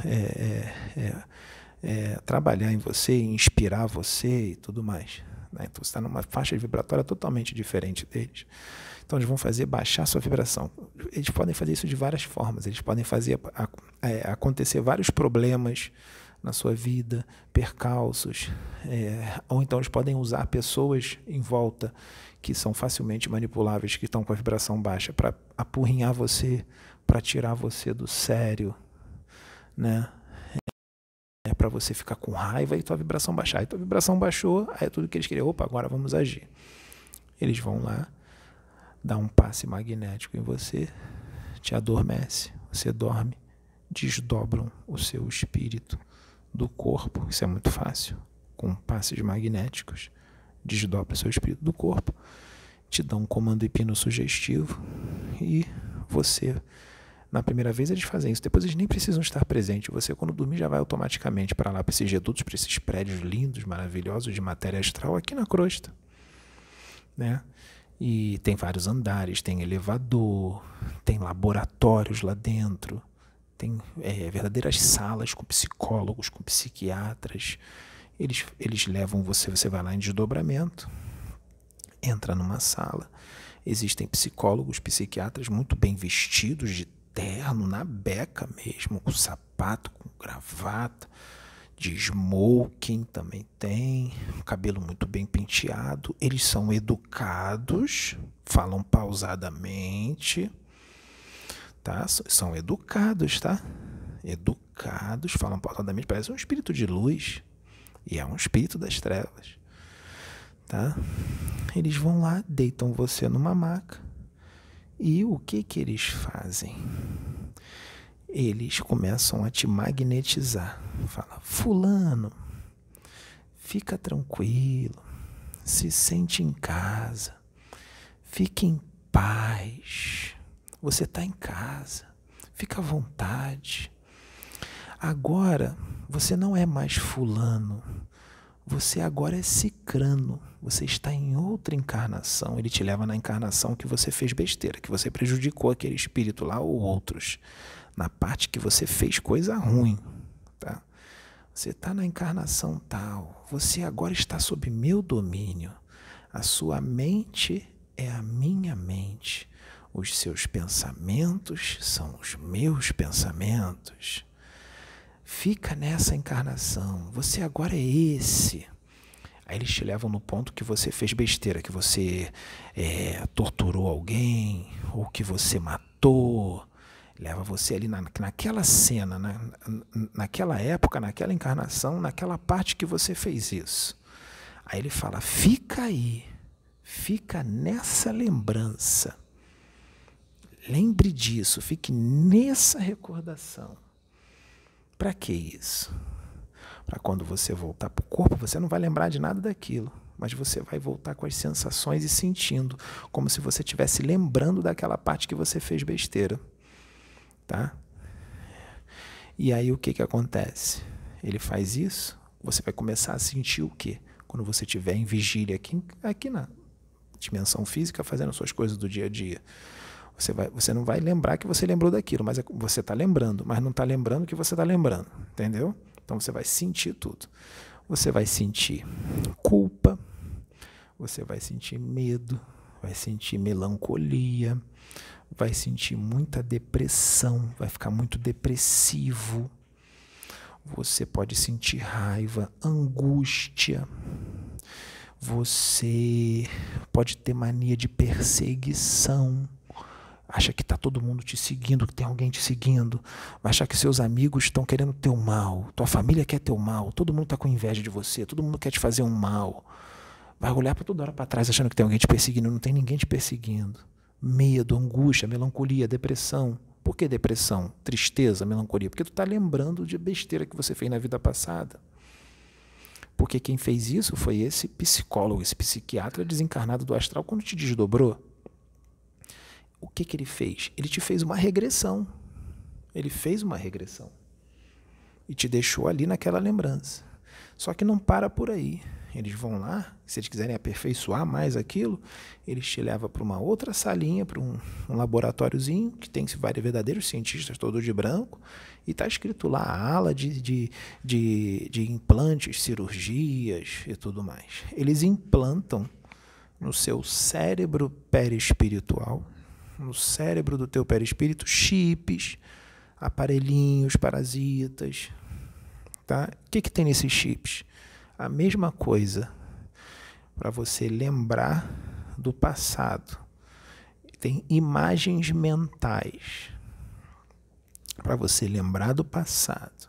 trabalhar em você, inspirar você e tudo mais. Então você está numa faixa vibratória totalmente diferente deles. Então eles vão fazer baixar a sua vibração. Eles podem fazer isso de várias formas. Eles podem fazer acontecer vários problemas na sua vida, percalços, ou então eles podem usar pessoas em volta que são facilmente manipuláveis, que estão com a vibração baixa, para apurrinhar você, para tirar você do sério, né? Para você ficar com raiva e tua vibração baixar. Aí tua vibração baixou, aí é tudo que eles queriam. Opa, agora vamos agir. Eles vão lá, dar um passe magnético em você, te adormece, você dorme, desdobram o seu espírito do corpo. Isso é muito fácil. Com passes magnéticos, desdobra o seu espírito do corpo, te dão um comando hipnossugestivo e você... Na primeira vez eles fazem isso, depois eles nem precisam estar presentes. Você, quando dormir, já vai automaticamente para lá, para esses redutos, para esses prédios lindos, maravilhosos de matéria astral aqui na crosta. Né? E tem vários andares, tem elevador, tem laboratórios lá dentro, tem verdadeiras salas com psicólogos, com psiquiatras. Eles levam você vai lá em desdobramento, entra numa sala. Existem psicólogos, psiquiatras muito bem vestidos, de terno, na beca mesmo, com sapato, com gravata, de smoking também tem, cabelo muito bem penteado. Eles são educados, falam pausadamente, tá? São educados, tá? Educados, falam pausadamente, parece um espírito de luz, e é um espírito das trevas, tá? Eles vão lá, deitam você numa maca. E o que eles fazem? Eles começam a te magnetizar. Fala, fulano, fica tranquilo, se sente em casa, fique em paz. Você está em casa. Fica à vontade. Agora, você não é mais fulano. Você agora é cicrano. Você está em outra encarnação. Ele te leva na encarnação que você fez besteira, que você prejudicou aquele espírito lá ou outros. Na parte que você fez coisa ruim. Tá? Você está na encarnação tal. Você agora está sob meu domínio. A sua mente é a minha mente. Os seus pensamentos são os meus pensamentos. Fica nessa encarnação. Você agora é esse. Aí eles te levam no ponto que você fez besteira, que você torturou alguém, ou que você matou. Leva você ali naquela cena, naquela época, naquela encarnação, naquela parte que você fez isso. Aí ele fala, fica aí, fica nessa lembrança. Lembre disso, fique nessa recordação. Para que isso? Para quando você voltar para o corpo, você não vai lembrar de nada daquilo, mas você vai voltar com as sensações e sentindo, como se você estivesse lembrando daquela parte que você fez besteira. Tá? E aí o que acontece? Ele faz isso, você vai começar a sentir o quê? Quando você estiver em vigília aqui na dimensão física, fazendo as suas coisas do dia a dia. Você não vai lembrar que você lembrou daquilo, mas você está lembrando, mas não está lembrando que você está lembrando, entendeu? Então você vai sentir tudo. Você vai sentir culpa, você vai sentir medo, vai sentir melancolia, vai sentir muita depressão, vai ficar muito depressivo. Você pode sentir raiva, angústia. Você pode ter mania de perseguição. Acha que está todo mundo te seguindo, que tem alguém te seguindo. Vai achar que seus amigos estão querendo teu mal. Tua família quer teu mal. Todo mundo está com inveja de você. Todo mundo quer te fazer um mal. Vai olhar para toda hora para trás achando que tem alguém te perseguindo. Não tem ninguém te perseguindo. Medo, angústia, melancolia, depressão. Por que depressão? Tristeza, melancolia? Porque tu está lembrando de besteira que você fez na vida passada. Porque quem fez isso foi esse psicólogo, esse psiquiatra desencarnado do astral quando te desdobrou. O que ele fez? Ele te fez uma regressão. Ele fez uma regressão. E te deixou ali naquela lembrança. Só que não para por aí. Eles vão lá, se eles quiserem aperfeiçoar mais aquilo, eles te levam para uma outra salinha, para um laboratóriozinho, que tem vários verdadeiros cientistas todos de branco, e está escrito lá a ala de implantes, cirurgias e tudo mais. Eles implantam no seu cérebro perispiritual, no cérebro do teu perispírito, chips, aparelhinhos, parasitas. Tá? O que tem nesses chips? A mesma coisa para você lembrar do passado. Tem imagens mentais para você lembrar do passado.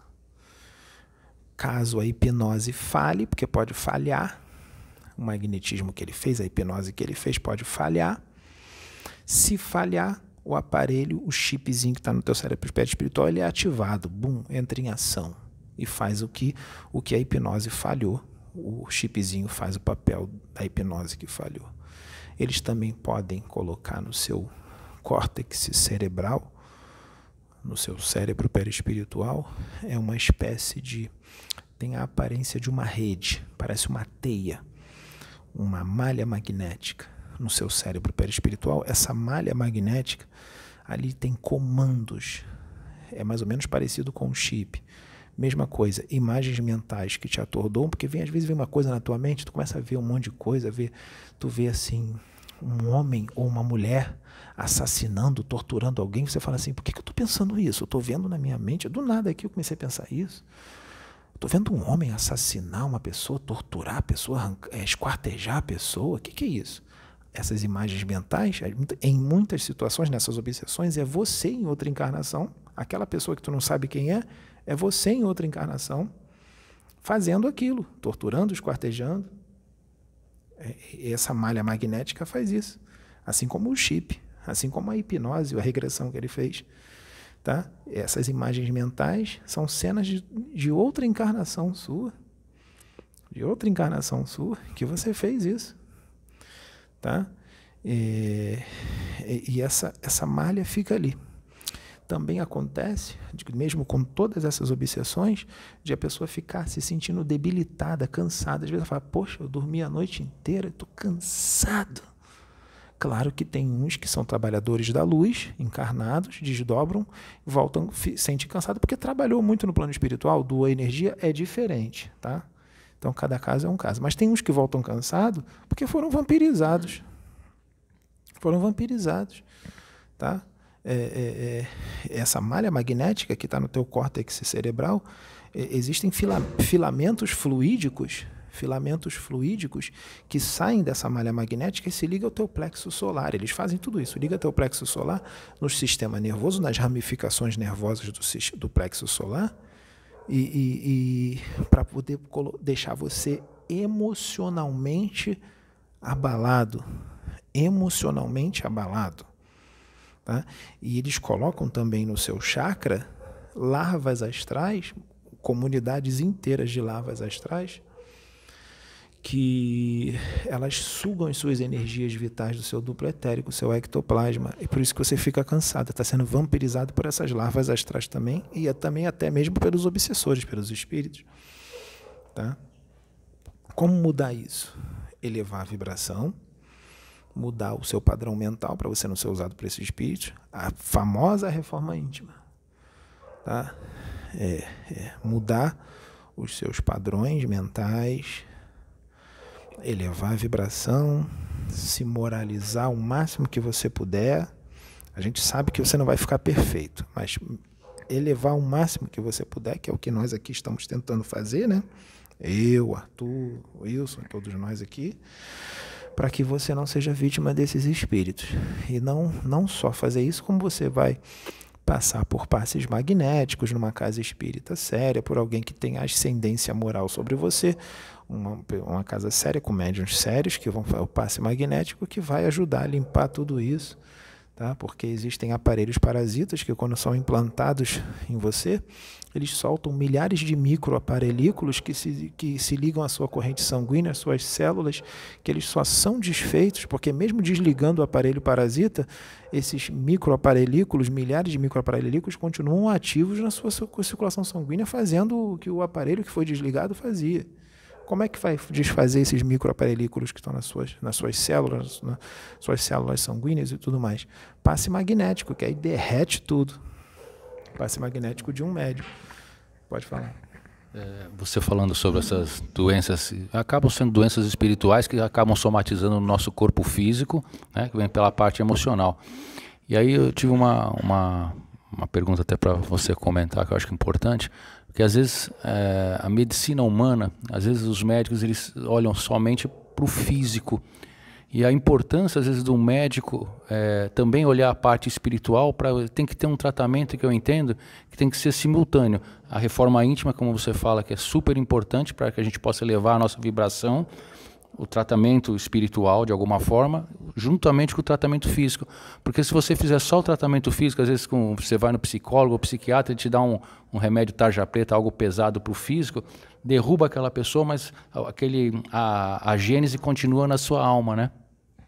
Caso a hipnose falhe, porque pode falhar, o magnetismo que ele fez, a hipnose que ele fez pode falhar. Se falhar, o aparelho, o chipzinho que está no teu cérebro espiritual, ele é ativado, entra em ação e faz o que a hipnose falhou. O chipzinho faz o papel da hipnose que falhou. Eles também podem colocar no seu córtex cerebral, no seu cérebro perispiritual, é uma espécie de... tem a aparência de uma rede, parece uma teia, uma malha magnética no seu cérebro perispiritual. Essa malha magnética, ali tem comandos, é mais ou menos parecido com um chip. Mesma coisa, imagens mentais que te atordoam, porque às vezes vem uma coisa na tua mente, tu começa a ver um monte de coisa, tu vê assim, um homem ou uma mulher assassinando, torturando alguém, você fala assim, por que eu estou pensando isso? Eu estou vendo na minha mente, do nada aqui eu comecei a pensar isso. Estou vendo um homem assassinar uma pessoa, torturar a pessoa, esquartejar a pessoa, o que é isso? Essas imagens mentais, em muitas situações, nessas obsessões, é você em outra encarnação, aquela pessoa que tu não sabe quem é você em outra encarnação, fazendo aquilo, torturando, esquartejando. Essa malha magnética faz isso, assim como o chip, assim como a hipnose, a regressão que ele fez. Tá? Essas imagens mentais são cenas de outra encarnação sua, que você fez isso. Tá? E essa malha fica ali. Também acontece, mesmo com todas essas obsessões, de a pessoa ficar se sentindo debilitada, cansada. Às vezes ela fala, poxa, eu dormi a noite inteira, estou cansado. Claro que tem uns que são trabalhadores da luz, encarnados, desdobram, voltam, sentem cansado, porque trabalhou muito no plano espiritual, doa energia, é diferente, tá? Então, cada caso é um caso. Mas tem uns que voltam cansados porque foram vampirizados. Foram vampirizados, tá? Essa malha magnética que está no teu córtex cerebral, existem filamentos fluídicos que saem dessa malha magnética e se ligam ao teu plexo solar. Eles fazem tudo isso, liga teu plexo solar no sistema nervoso, nas ramificações nervosas do plexo solar, e para poder deixar você emocionalmente abalado. Tá? E eles colocam também no seu chakra larvas astrais, comunidades inteiras de larvas astrais, que elas sugam as suas energias vitais do seu duplo etérico, seu ectoplasma, e por isso que você fica cansado, está sendo vampirizado por essas larvas astrais também, e também até mesmo pelos obsessores, pelos espíritos. Tá? Como mudar isso? Elevar a vibração, mudar o seu padrão mental para você não ser usado por esse espírito, a famosa reforma íntima, tá? Mudar os seus padrões mentais, elevar a vibração, se moralizar o máximo que você puder. A gente sabe que você não vai ficar perfeito, mas elevar o máximo que você puder, que é o que nós aqui estamos tentando fazer, né? Eu, Arthur, Wilson, todos nós aqui, para que você não seja vítima desses espíritos. E não só fazer isso, como você vai passar por passes magnéticos numa casa espírita séria, por alguém que tem ascendência moral sobre você, uma casa séria com médiuns sérios, que vão fazer o passe magnético, que vai ajudar a limpar tudo isso. Tá? Porque existem aparelhos parasitas que, quando são implantados em você, eles soltam milhares de microaparelículos que se ligam à sua corrente sanguínea, às suas células, que eles só são desfeitos, porque mesmo desligando o aparelho parasita, esses microaparelículos, milhares de microaparelículos, continuam ativos na sua circulação sanguínea, fazendo o que o aparelho que foi desligado fazia. Como é que vai desfazer esses microaparelículos que estão nas suas células, nas suas células sanguíneas e tudo mais? Passe magnético, que aí derrete tudo. Passe magnético de um médium. Pode falar. Você falando sobre essas doenças, acabam sendo doenças espirituais que acabam somatizando no nosso corpo físico, né, que vem pela parte emocional. E aí eu tive uma pergunta até para você comentar, que eu acho que é importante. Porque às vezes a medicina humana, às vezes os médicos eles olham somente para o físico. E a importância às vezes do médico também olhar a parte espiritual, tem que ter um tratamento que eu entendo que tem que ser simultâneo. A reforma íntima, como você fala, que é super importante para que a gente possa elevar a nossa vibração, o tratamento espiritual de alguma forma, juntamente com o tratamento físico. Porque se você fizer só o tratamento físico, às vezes você vai no psicólogo ou psiquiatra e te dá um remédio tarja preta, algo pesado para o físico, derruba aquela pessoa, mas a gênese continua na sua alma, né?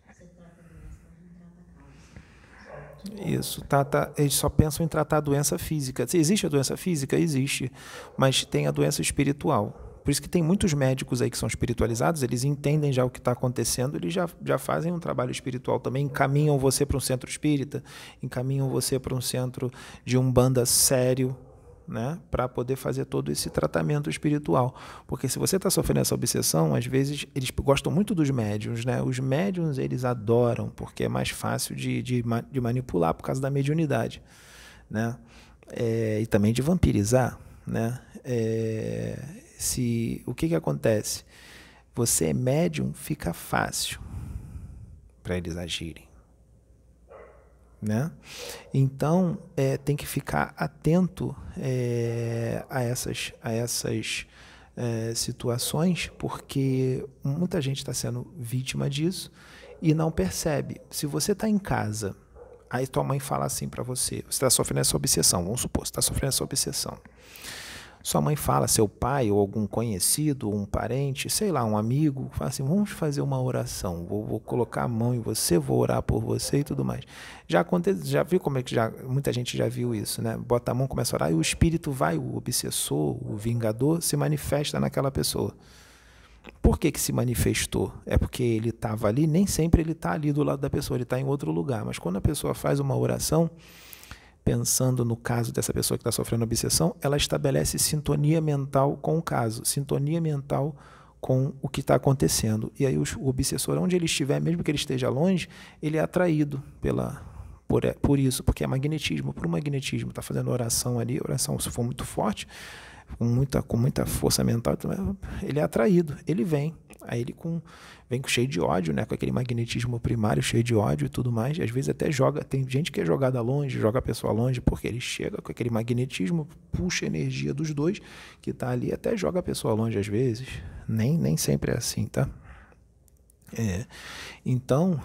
Isso, eles só pensam em tratar a doença física. Se existe a doença física, existe, mas tem a doença espiritual. Por isso que tem muitos médicos aí que são espiritualizados, eles entendem já o que está acontecendo, eles já fazem um trabalho espiritual também, encaminham você para um centro espírita, encaminham você para um centro de umbanda sério, né, para poder fazer todo esse tratamento espiritual. Porque se você está sofrendo essa obsessão, às vezes eles gostam muito dos médiuns, né? Os médiuns eles adoram, porque é mais fácil de manipular por causa da mediunidade, né? E também de vampirizar, né? O que acontece? Você é médium, fica fácil para eles agirem, né? Então tem que ficar atento a essas situações, porque muita gente está sendo vítima disso e não percebe. Se você está em casa, aí tua mãe fala assim para você está sofrendo essa obsessão, vamos supor, você está sofrendo essa obsessão. Sua mãe fala, seu pai ou algum conhecido, um parente, sei lá, um amigo, fala assim, vamos fazer uma oração, vou colocar a mão em você, vou orar por você e tudo mais. Já viu como é que muita gente já viu isso, né? Bota a mão, começa a orar e o espírito vai, o obsessor, o vingador, se manifesta naquela pessoa. Por que se manifestou? É porque ele estava ali, nem sempre ele está ali do lado da pessoa, ele está em outro lugar. Mas quando a pessoa faz uma oração, pensando no caso dessa pessoa que está sofrendo obsessão, ela estabelece sintonia mental com o caso, sintonia mental com o que está acontecendo. E aí o obsessor, onde ele estiver, mesmo que ele esteja longe, ele é atraído por isso, porque é magnetismo, por magnetismo. Está fazendo oração ali, oração, se for muito forte, com muita força mental, ele é atraído, ele vem. Aí ele vem cheio de ódio, né, com aquele magnetismo primário, cheio de ódio e tudo mais. E às vezes até tem gente que é jogada longe, joga a pessoa longe, porque ele chega com aquele magnetismo, puxa a energia dos dois que está ali, até joga a pessoa longe às vezes. Nem sempre é assim, tá? Então,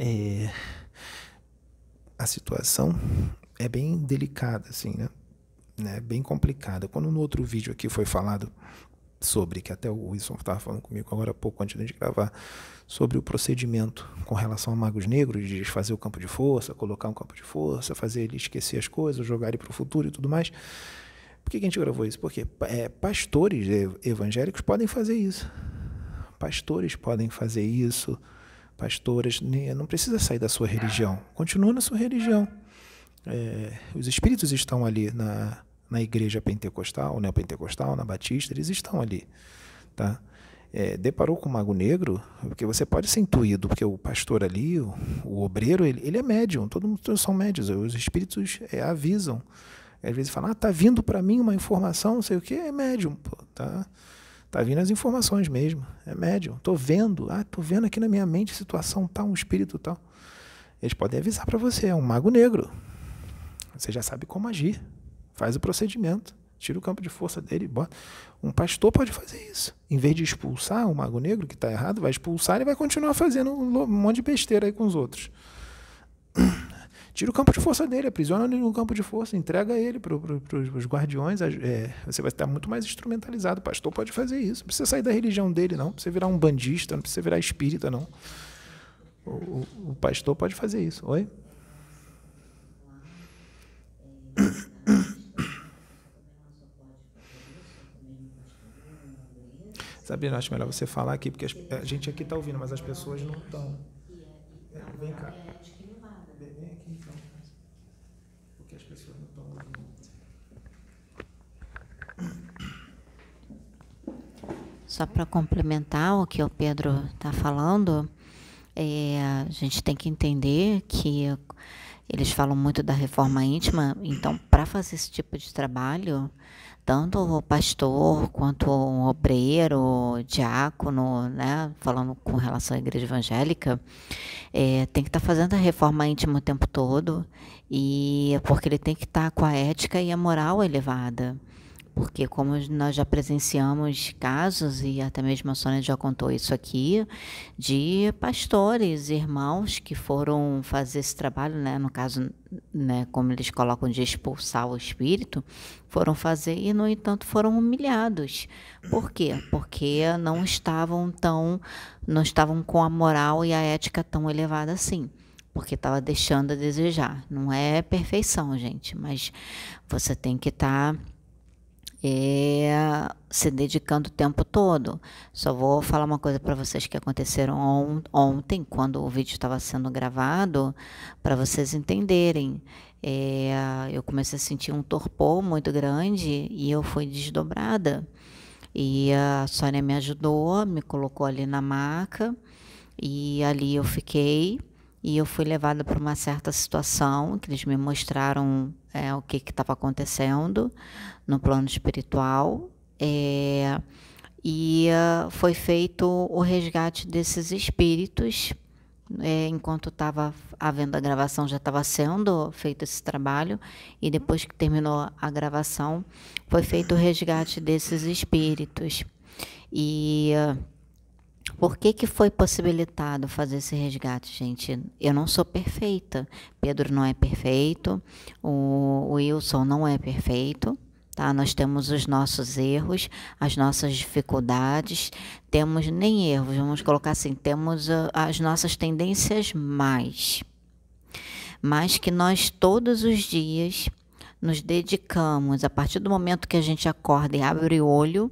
a situação é bem delicada, assim, né? Bem complicada. Quando no outro vídeo aqui foi falado sobre, que até o Wilson estava falando comigo agora há pouco, antes de gravar, sobre o procedimento com relação a magos negros, de desfazer o campo de força, colocar um campo de força, fazer ele esquecer as coisas, jogar ele para o futuro e tudo mais. Por que a gente gravou isso? Porque pastores evangélicos podem fazer isso. Pastores podem fazer isso. Pastoras, não precisa sair da sua religião. Continua na sua religião. Os espíritos estão ali na igreja pentecostal, neopentecostal, na batista, eles estão ali, tá? Deparou com o mago negro, porque você pode ser intuído, porque o pastor ali, o obreiro, ele é médium, todos são médios, os espíritos avisam. Às vezes falam, tá vindo para mim uma informação, não sei o que, é médium, pô, tá? Tá vindo as informações mesmo, é médium. Tô vendo aqui na minha mente situação tal, um espírito tal. Eles podem avisar para você, é um mago negro. Você já sabe como agir. Faz o procedimento, tira o campo de força dele, bota. Um pastor pode fazer isso. Em vez de expulsar o mago negro, que está errado, vai expulsar e vai continuar fazendo um monte de besteira aí com os outros. Tira o campo de força dele, aprisiona ele no campo de força, entrega ele para os guardiões. Você vai estar muito mais instrumentalizado. O pastor pode fazer isso. Não precisa sair da religião dele, não. Não precisa virar um bandista, não precisa virar espírita, não. O pastor pode fazer isso. Oi? Sabrina, acho melhor você falar aqui, porque a gente aqui está ouvindo, mas as pessoas não estão. Vem cá. Vem aqui então. Porque as pessoas não estão ouvindo. Só para complementar o que o Pedro está falando, a gente tem que entender que eles falam muito da reforma íntima, então, para fazer esse tipo de trabalho, tanto o pastor quanto o obreiro, o diácono, né, falando com relação à igreja evangélica, tem que estar fazendo a reforma íntima o tempo todo, porque ele tem que estar com a ética e a moral elevada. Porque como nós já presenciamos casos, e até mesmo a Sônia já contou isso aqui, de pastores, irmãos que foram fazer esse trabalho, né, no caso, né, como eles colocam, de expulsar o espírito, foram fazer e, no entanto, foram humilhados. Por quê? Porque não estavam com a moral e a ética tão elevada assim. Porque estava deixando a desejar. Não é perfeição, gente, mas você tem que estar se dedicando o tempo todo. Só vou falar uma coisa para vocês que aconteceram ontem, quando o vídeo estava sendo gravado, para vocês entenderem. Eu comecei a sentir um torpor muito grande e eu fui desdobrada. E a Sônia me ajudou, me colocou ali na maca e ali eu fiquei. E eu fui levada para uma certa situação, que eles me mostraram o que estava acontecendo no plano espiritual. Foi feito o resgate desses espíritos. Enquanto estava havendo a gravação, já estava sendo feito esse trabalho. E depois que terminou a gravação, foi feito o resgate desses espíritos. Por que foi possibilitado fazer esse resgate, gente? Eu não sou perfeita. Pedro não é perfeito. O Wilson não é perfeito, tá? Nós temos os nossos erros, as nossas dificuldades, temos nem erros, vamos colocar assim, temos as nossas tendências mais que nós todos os dias nos dedicamos, a partir do momento que a gente acorda e abre o olho,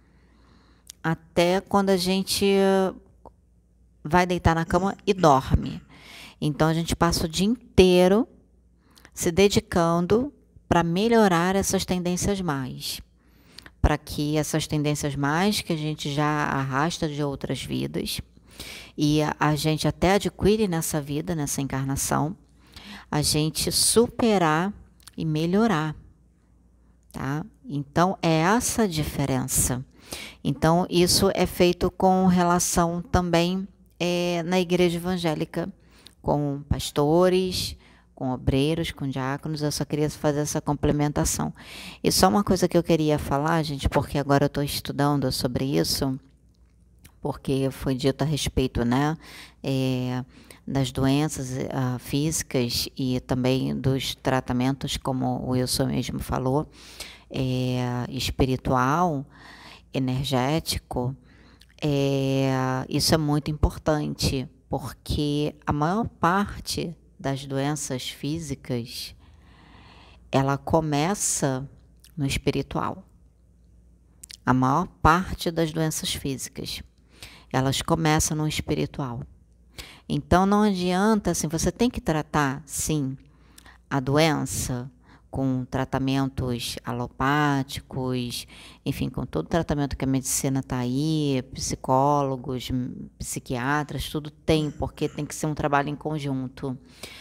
até quando a gente vai deitar na cama e dorme. Então, a gente passa o dia inteiro se dedicando para melhorar essas tendências mais, para que essas tendências mais que a gente já arrasta de outras vidas e a gente até adquire nessa vida, nessa encarnação, a gente superar e melhorar, tá? Então, é essa a diferença. Então, isso é feito com relação também na igreja evangélica, com pastores, com obreiros, com diáconos. Eu só queria fazer essa complementação. E só uma coisa que eu queria falar, gente, porque agora eu estou estudando sobre isso, porque foi dito a respeito, né, das doenças físicas e também dos tratamentos, como o Wilson mesmo falou, espiritual, energético. Isso é muito importante, porque a maior parte das doenças físicas, ela começa no espiritual. A maior parte das doenças físicas, elas começam no espiritual. Então, não adianta, assim, você tem que tratar, sim, a doença com tratamentos alopáticos, enfim, com todo o tratamento que a medicina está aí, psicólogos, psiquiatras, tudo tem, porque tem que ser um trabalho em conjunto.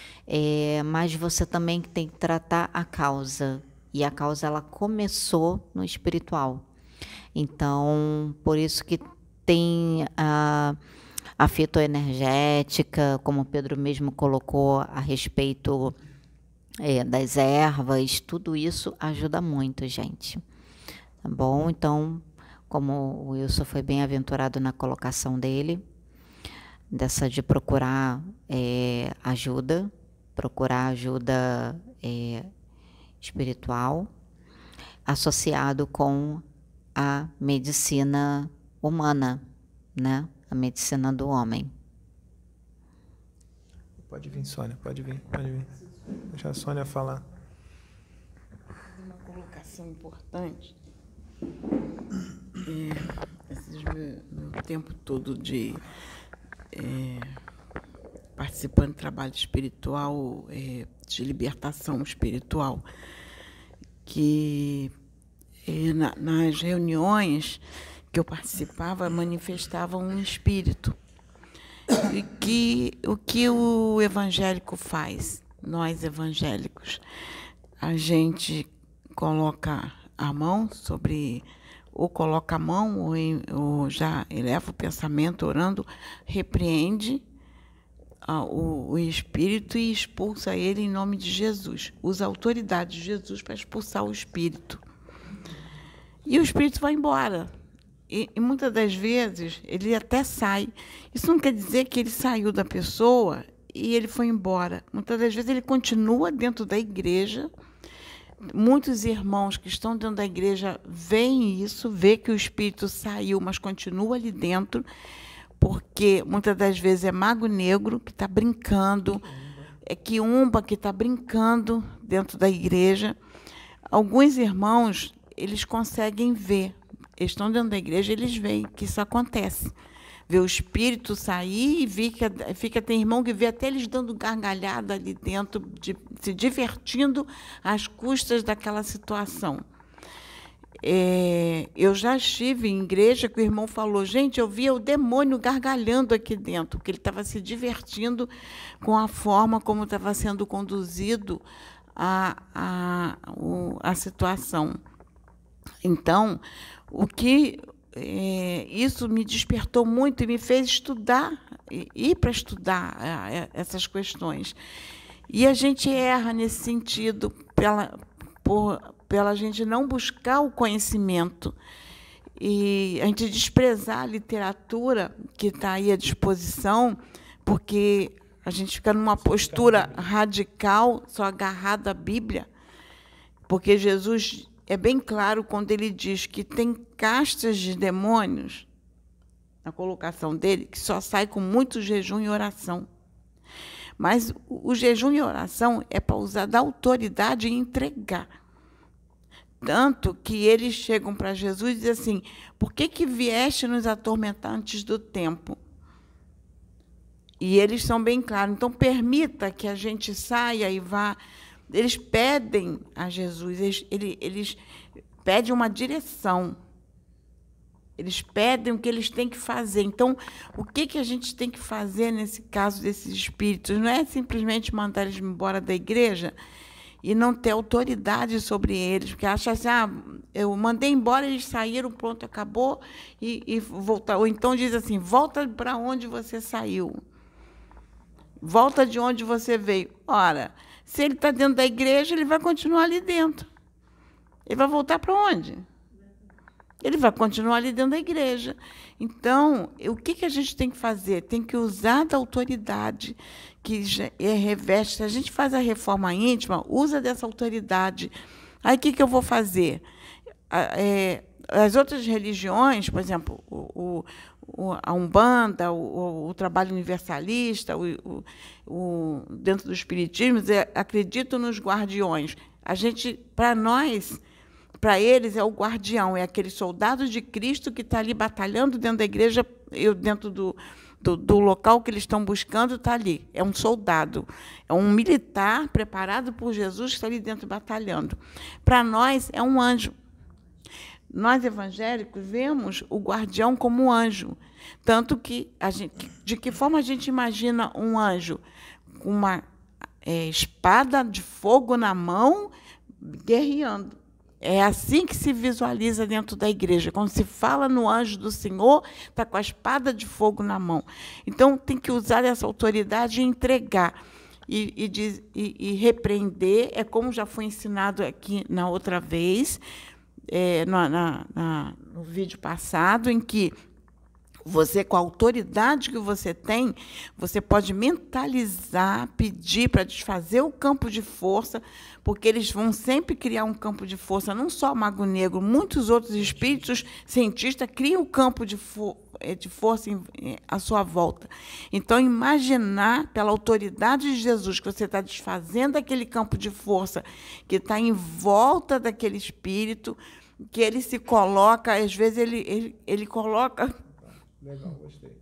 Mas você também tem que tratar a causa, e a causa ela começou no espiritual. Então, por isso que tem a fitoenergética, como o Pedro mesmo colocou a respeito das ervas, tudo isso ajuda muito, gente. Tá bom? Então, como o Wilson foi bem aventurado na colocação dele, dessa de procurar ajuda espiritual, associado com a medicina humana, né? A medicina do homem. Pode vir, Sônia, pode vir. Deixa a Sônia falar. Uma colocação importante. Esse meu tempo todo de participando do trabalho espiritual, de libertação espiritual, que nas reuniões que eu participava, manifestava um espírito. E o que o evangélico faz? Nós evangélicos, a gente coloca a mão sobre, ou coloca a mão, ou já eleva o pensamento orando, repreende o espírito e expulsa ele em nome de Jesus. Usa a autoridade de Jesus para expulsar o espírito. E o espírito vai embora. E muitas das vezes ele até sai. Isso não quer dizer que ele saiu da pessoa e ele foi embora. Muitas das vezes ele continua dentro da igreja. Muitos irmãos que estão dentro da igreja veem isso, vê que o espírito saiu, mas continua ali dentro, porque muitas das vezes é mago negro que está brincando, é quiumba que está brincando dentro da igreja. Alguns irmãos, eles conseguem ver, eles estão dentro da igreja, eles veem que isso acontece. Vê o espírito sair e tem irmão que vê até eles dando gargalhada ali dentro, se divertindo às custas daquela situação. Eu já estive em igreja que o irmão falou, gente, eu via o demônio gargalhando aqui dentro, porque ele estava se divertindo com a forma como estava sendo conduzido a situação. Então, isso me despertou muito e me fez estudar, ir para estudar essas questões. E a gente erra nesse sentido, pela gente não buscar o conhecimento e a gente desprezar a literatura que está aí à disposição, porque a gente fica numa postura radical, só agarrado à Bíblia, porque Jesus é bem claro quando ele diz que tem castas de demônios, na colocação dele, que só sai com muito jejum e oração. Mas o jejum e oração é para usar da autoridade e entregar. Tanto que eles chegam para Jesus e dizem assim, por que vieste nos atormentar antes do tempo? E eles são bem claros. Então, permita que a gente saia e vá. Eles pedem a Jesus, eles pedem uma direção. Eles pedem o que eles têm que fazer. Então, o que a gente tem que fazer nesse caso desses espíritos? Não é simplesmente mandar eles embora da igreja e não ter autoridade sobre eles, porque acha assim, eu mandei embora, eles saíram, pronto, acabou, e voltar. Ou então diz assim, volta para onde você saiu. Volta de onde você veio. Ora, se ele está dentro da igreja, ele vai continuar ali dentro. Ele vai voltar para onde? Ele vai continuar ali dentro da igreja. Então, o que a gente tem que fazer? Tem que usar da autoridade que reveste. Se a gente faz a reforma íntima, usa dessa autoridade. Aí, o que eu vou fazer? As outras religiões, por exemplo, a Umbanda, o trabalho universalista, dentro do Espiritismo, acreditam nos guardiões. Para nós, para eles, é o guardião, é aquele soldado de Cristo que está ali batalhando dentro da igreja, dentro do local que eles estão buscando, está ali. É um soldado, é um militar preparado por Jesus que está ali dentro batalhando. Para nós, é um anjo. Nós, evangélicos, vemos o guardião como um anjo. Tanto que, de que forma a gente imagina um anjo? Com uma espada de fogo na mão, guerreando. É assim que se visualiza dentro da igreja. Quando se fala no anjo do Senhor, está com a espada de fogo na mão. Então, tem que usar essa autoridade e entregar. E repreender, é como já foi ensinado aqui na outra vez, no vídeo passado, em que você, com a autoridade que você tem, você pode mentalizar, pedir para desfazer o campo de força, porque eles vão sempre criar um campo de força, não só o Mago Negro, muitos outros espíritos cientistas criam o campo de força à sua volta. Então, imaginar, pela autoridade de Jesus, que você está desfazendo aquele campo de força que está em volta daquele espírito, que ele se coloca, às vezes ele coloca... Legal, gostei.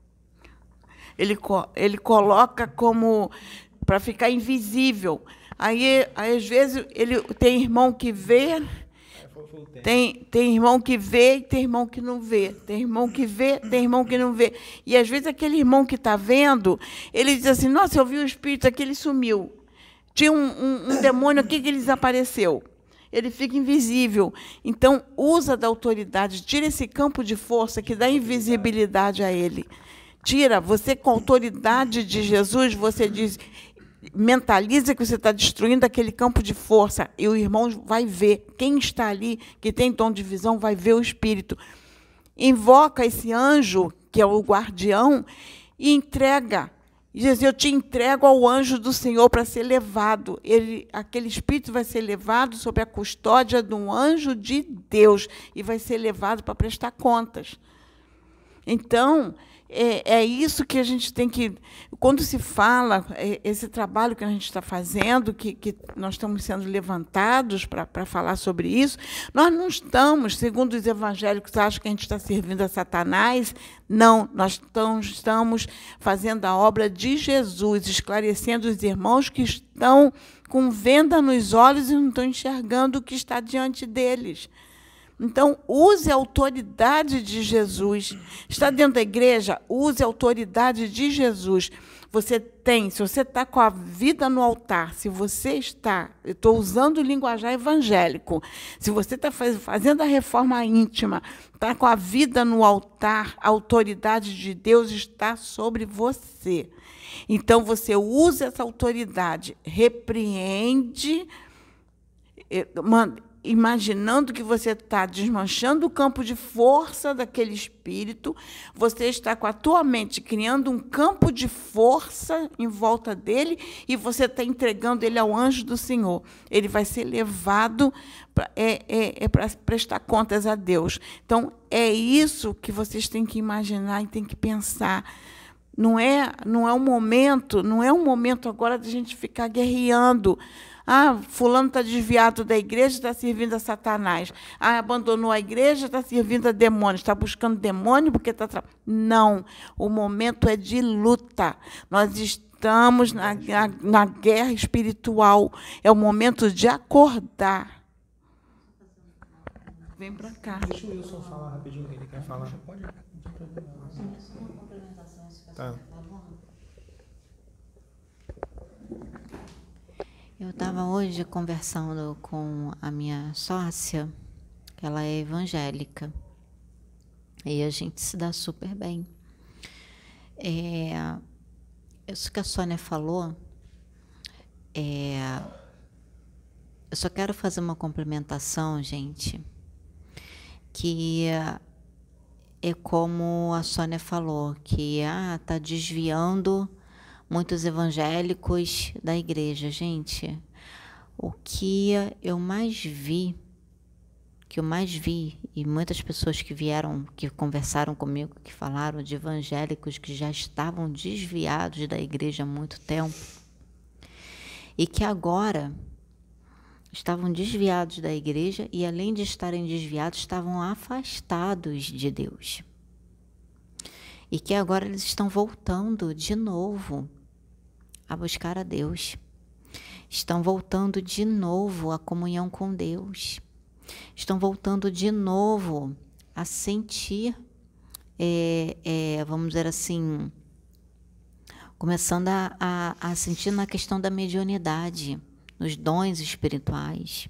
Ele coloca como para ficar invisível. Aí, às vezes, tem irmão que vê, tem irmão que vê e tem irmão que não vê. Tem irmão que vê, tem irmão que não vê. E, às vezes, aquele irmão que está vendo, ele diz assim, nossa, eu vi o espírito aqui, ele sumiu. Tinha um demônio aqui que ele desapareceu. Ele fica invisível. Então, usa da autoridade, tira esse campo de força que dá invisibilidade a ele. Tira, você com a autoridade de Jesus, você diz, mentaliza que você está destruindo aquele campo de força, e o irmão vai ver, quem está ali, que tem dom de visão, vai ver o espírito. Invoca esse anjo, que é o guardião, e entrega. E diz, eu te entrego ao anjo do Senhor para ser levado. Aquele espírito vai ser levado sob a custódia de um anjo de Deus e vai ser levado para prestar contas. Então, é isso que a gente tem que... Quando se fala, esse trabalho que a gente está fazendo, que nós estamos sendo levantados para falar sobre isso, nós não estamos, segundo os evangélicos, acham que a gente está servindo a Satanás. Não, nós estamos fazendo a obra de Jesus, esclarecendo os irmãos que estão com venda nos olhos e não estão enxergando o que está diante deles. Então, use a autoridade de Jesus. Está dentro da igreja? Use a autoridade de Jesus. Se você está com a vida no altar, se você está, eu estou usando o linguajar evangélico, se você está fazendo a reforma íntima, está com a vida no altar, a autoridade de Deus está sobre você. Então, você usa essa autoridade, repreende, imaginando que você está desmanchando o campo de força daquele espírito, você está com a tua mente criando um campo de força em volta dele e você está entregando ele ao anjo do Senhor. Ele vai ser levado para prestar contas a Deus. Então, é isso que vocês têm que imaginar e têm que pensar. Não é um momento agora de a gente ficar guerreando. Fulano está desviado da igreja, está servindo a Satanás. Abandonou a igreja, está servindo a demônios, está buscando demônio porque está... Não, o momento é de luta. Nós estamos na guerra espiritual. É o momento de acordar. Vem para cá. Deixa o Wilson falar rapidinho, ele quer falar. Pode. Tá. Eu estava hoje conversando com a minha sócia, que ela é evangélica, e a gente se dá super bem. Isso que a Sônia falou, eu só quero fazer uma complementação, gente, que é como a Sônia falou, que está desviando muitos evangélicos da igreja. Gente, o que eu mais vi, e muitas pessoas que vieram, que conversaram comigo, que falaram de evangélicos que já estavam desviados da igreja há muito tempo, e que agora estavam desviados da igreja e, além de estarem desviados, estavam afastados de Deus. E que agora eles estão voltando de novo a buscar a Deus. Estão voltando de novo à comunhão com Deus. Estão voltando de novo a sentir, vamos dizer assim, começando a sentir na questão da mediunidade, nos dons espirituais.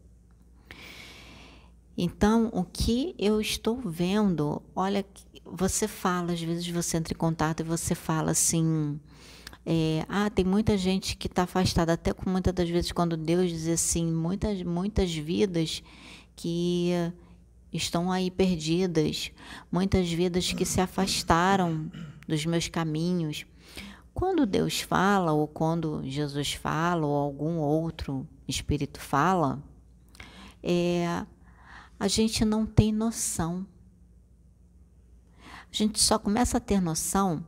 Então, o que eu estou vendo, olha, você fala, às vezes você entra em contato e você fala assim, tem muita gente que está afastada, até com muitas das vezes quando Deus diz assim, muitas vidas que estão aí perdidas, muitas vidas que se afastaram dos meus caminhos. Quando Deus fala, ou quando Jesus fala, ou algum outro espírito fala, a gente não tem noção. A gente só começa a ter noção.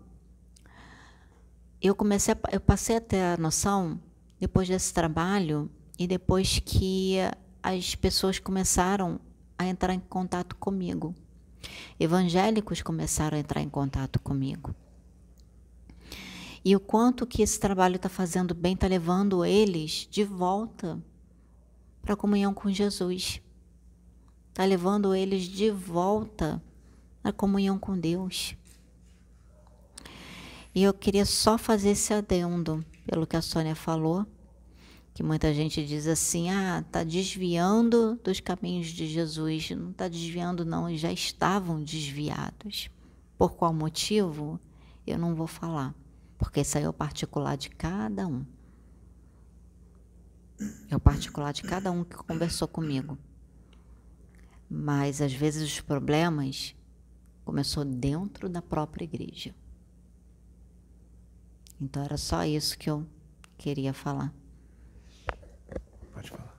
Eu passei a ter a noção depois desse trabalho e depois que as pessoas começaram a entrar em contato comigo. Evangélicos começaram a entrar em contato comigo. E o quanto que esse trabalho está fazendo bem, está levando eles de volta para a comunhão com Jesus. Está levando eles de volta à comunhão com Deus. E eu queria só fazer esse adendo, pelo que a Sônia falou, que muita gente diz assim, está desviando dos caminhos de Jesus. Não está desviando não, eles já estavam desviados. Por qual motivo? Eu não vou falar. Porque isso aí é o particular de cada um. É o particular de cada um que conversou comigo. Mas, às vezes, os problemas começou dentro da própria igreja. Então, era só isso que eu queria falar. Pode falar.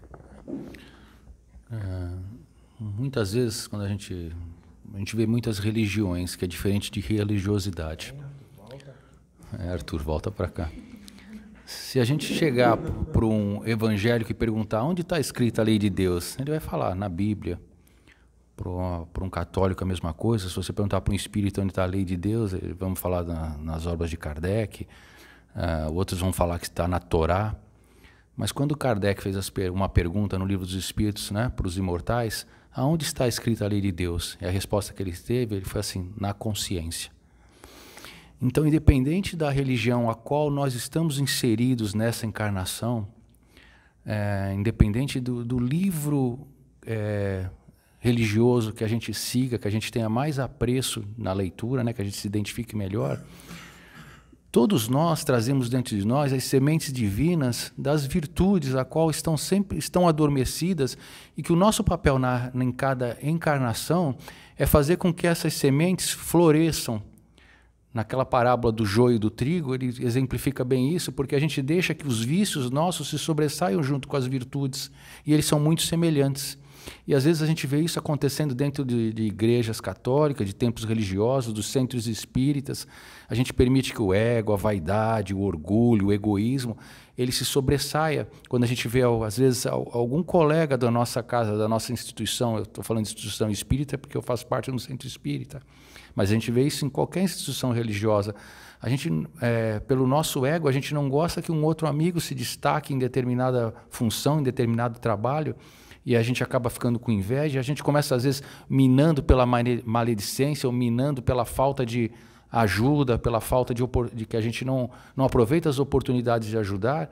Muitas vezes, quando a gente vê muitas religiões, que é diferente de religiosidade. Arthur, volta para cá. Se a gente chegar para um evangélico e perguntar onde está escrita a lei de Deus, ele vai falar na Bíblia. Para um católico a mesma coisa. Se você perguntar para um espírita onde está a lei de Deus, vamos falar nas obras de Kardec. Outros vão falar que está na Torá. Mas quando Kardec fez uma pergunta no Livro dos Espíritos, né, para os imortais, aonde está escrita a lei de Deus? E a resposta que ele teve, ele foi assim, na consciência. Então, independente da religião a qual nós estamos inseridos nessa encarnação, independente do livro religioso que a gente siga, que a gente tenha mais apreço na leitura, né, que a gente se identifique melhor, todos nós trazemos dentro de nós as sementes divinas das virtudes, a qual sempre estão adormecidas, e que o nosso papel em cada encarnação é fazer com que essas sementes floresçam. Naquela parábola do joio e do trigo, ele exemplifica bem isso, porque a gente deixa que os vícios nossos se sobressaiam junto com as virtudes, e eles são muito semelhantes. E às vezes a gente vê isso acontecendo dentro de igrejas católicas, de templos religiosos, dos centros espíritas. A gente permite que o ego, a vaidade, o orgulho, o egoísmo, ele se sobressaia. Quando a gente vê, às vezes, algum colega da nossa casa, da nossa instituição, eu estou falando de instituição espírita porque eu faço parte de um centro espírita, mas a gente vê isso em qualquer instituição religiosa. A gente, pelo nosso ego, a gente não gosta que um outro amigo se destaque em determinada função, em determinado trabalho, e a gente acaba ficando com inveja. A gente começa, às vezes, minando pela maledicência ou minando pela falta de ajuda, pela falta de que a gente não aproveita as oportunidades de ajudar.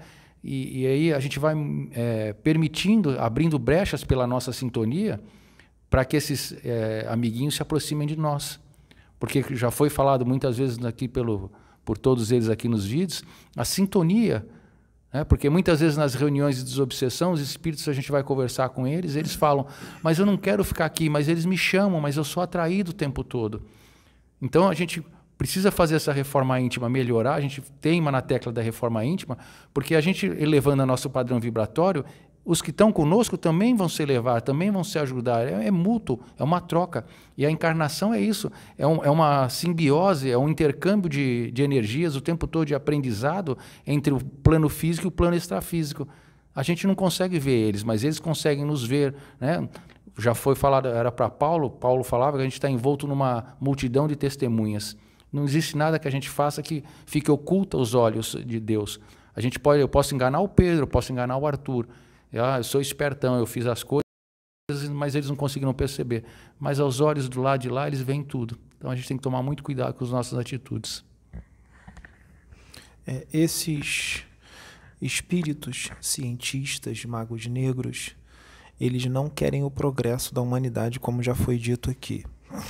E aí a gente vai permitindo, abrindo brechas pela nossa sintonia para que esses amiguinhos se aproximem de nós. Porque já foi falado muitas vezes aqui por todos eles aqui nos vídeos, a sintonia, né? Porque muitas vezes nas reuniões de desobsessão, os espíritos, a gente vai conversar com eles, eles falam, mas eu não quero ficar aqui, mas eles me chamam, mas eu sou atraído o tempo todo. Então a gente precisa fazer essa reforma íntima, melhorar, a gente teima na tecla da reforma íntima, porque a gente, elevando o nosso padrão vibratório, os que estão conosco também vão se elevar, também vão se ajudar. É mútuo, é uma troca. E a encarnação é isso, é uma simbiose, é um intercâmbio de energias o tempo todo, de aprendizado entre o plano físico e o plano extrafísico. A gente não consegue ver eles, mas eles conseguem nos ver, né? Já foi falado, era para Paulo falava que a gente está envolto numa multidão de testemunhas. Não existe nada que a gente faça que fique oculto aos olhos de Deus. Eu posso enganar o Pedro, eu posso enganar o Arthur. Eu sou espertão, eu fiz as coisas, mas eles não conseguiram perceber. Mas aos olhos do lado de lá, eles veem tudo. Então a gente tem que tomar muito cuidado com as nossas atitudes. Esses espíritos cientistas, magos negros, eles não querem o progresso da humanidade, como já foi dito aqui.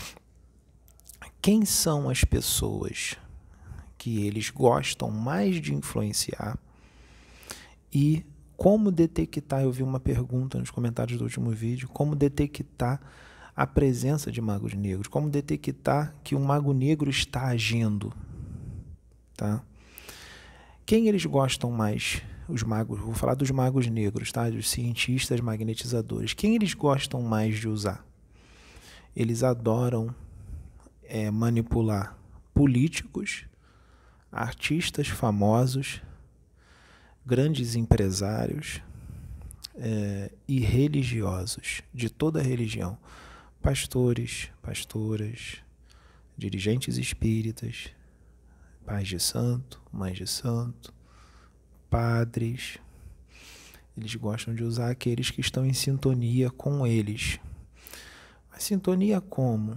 Quem são as pessoas que eles gostam mais de influenciar e como detectar, eu vi uma pergunta nos comentários do último vídeo, como detectar a presença de magos negros, como detectar que um mago negro está agindo, tá? Quem eles gostam mais? Os magos, vou falar dos magos negros, tá? Dos cientistas magnetizadores. Quem eles gostam mais de usar? Eles adoram manipular políticos, artistas famosos, grandes empresários e religiosos de toda a religião, pastores, pastoras, dirigentes espíritas, pais de santo, mães de santo, padres. Eles gostam de usar aqueles que estão em sintonia com eles. A sintonia como?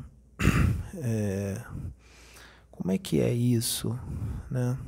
Como é que é isso, né?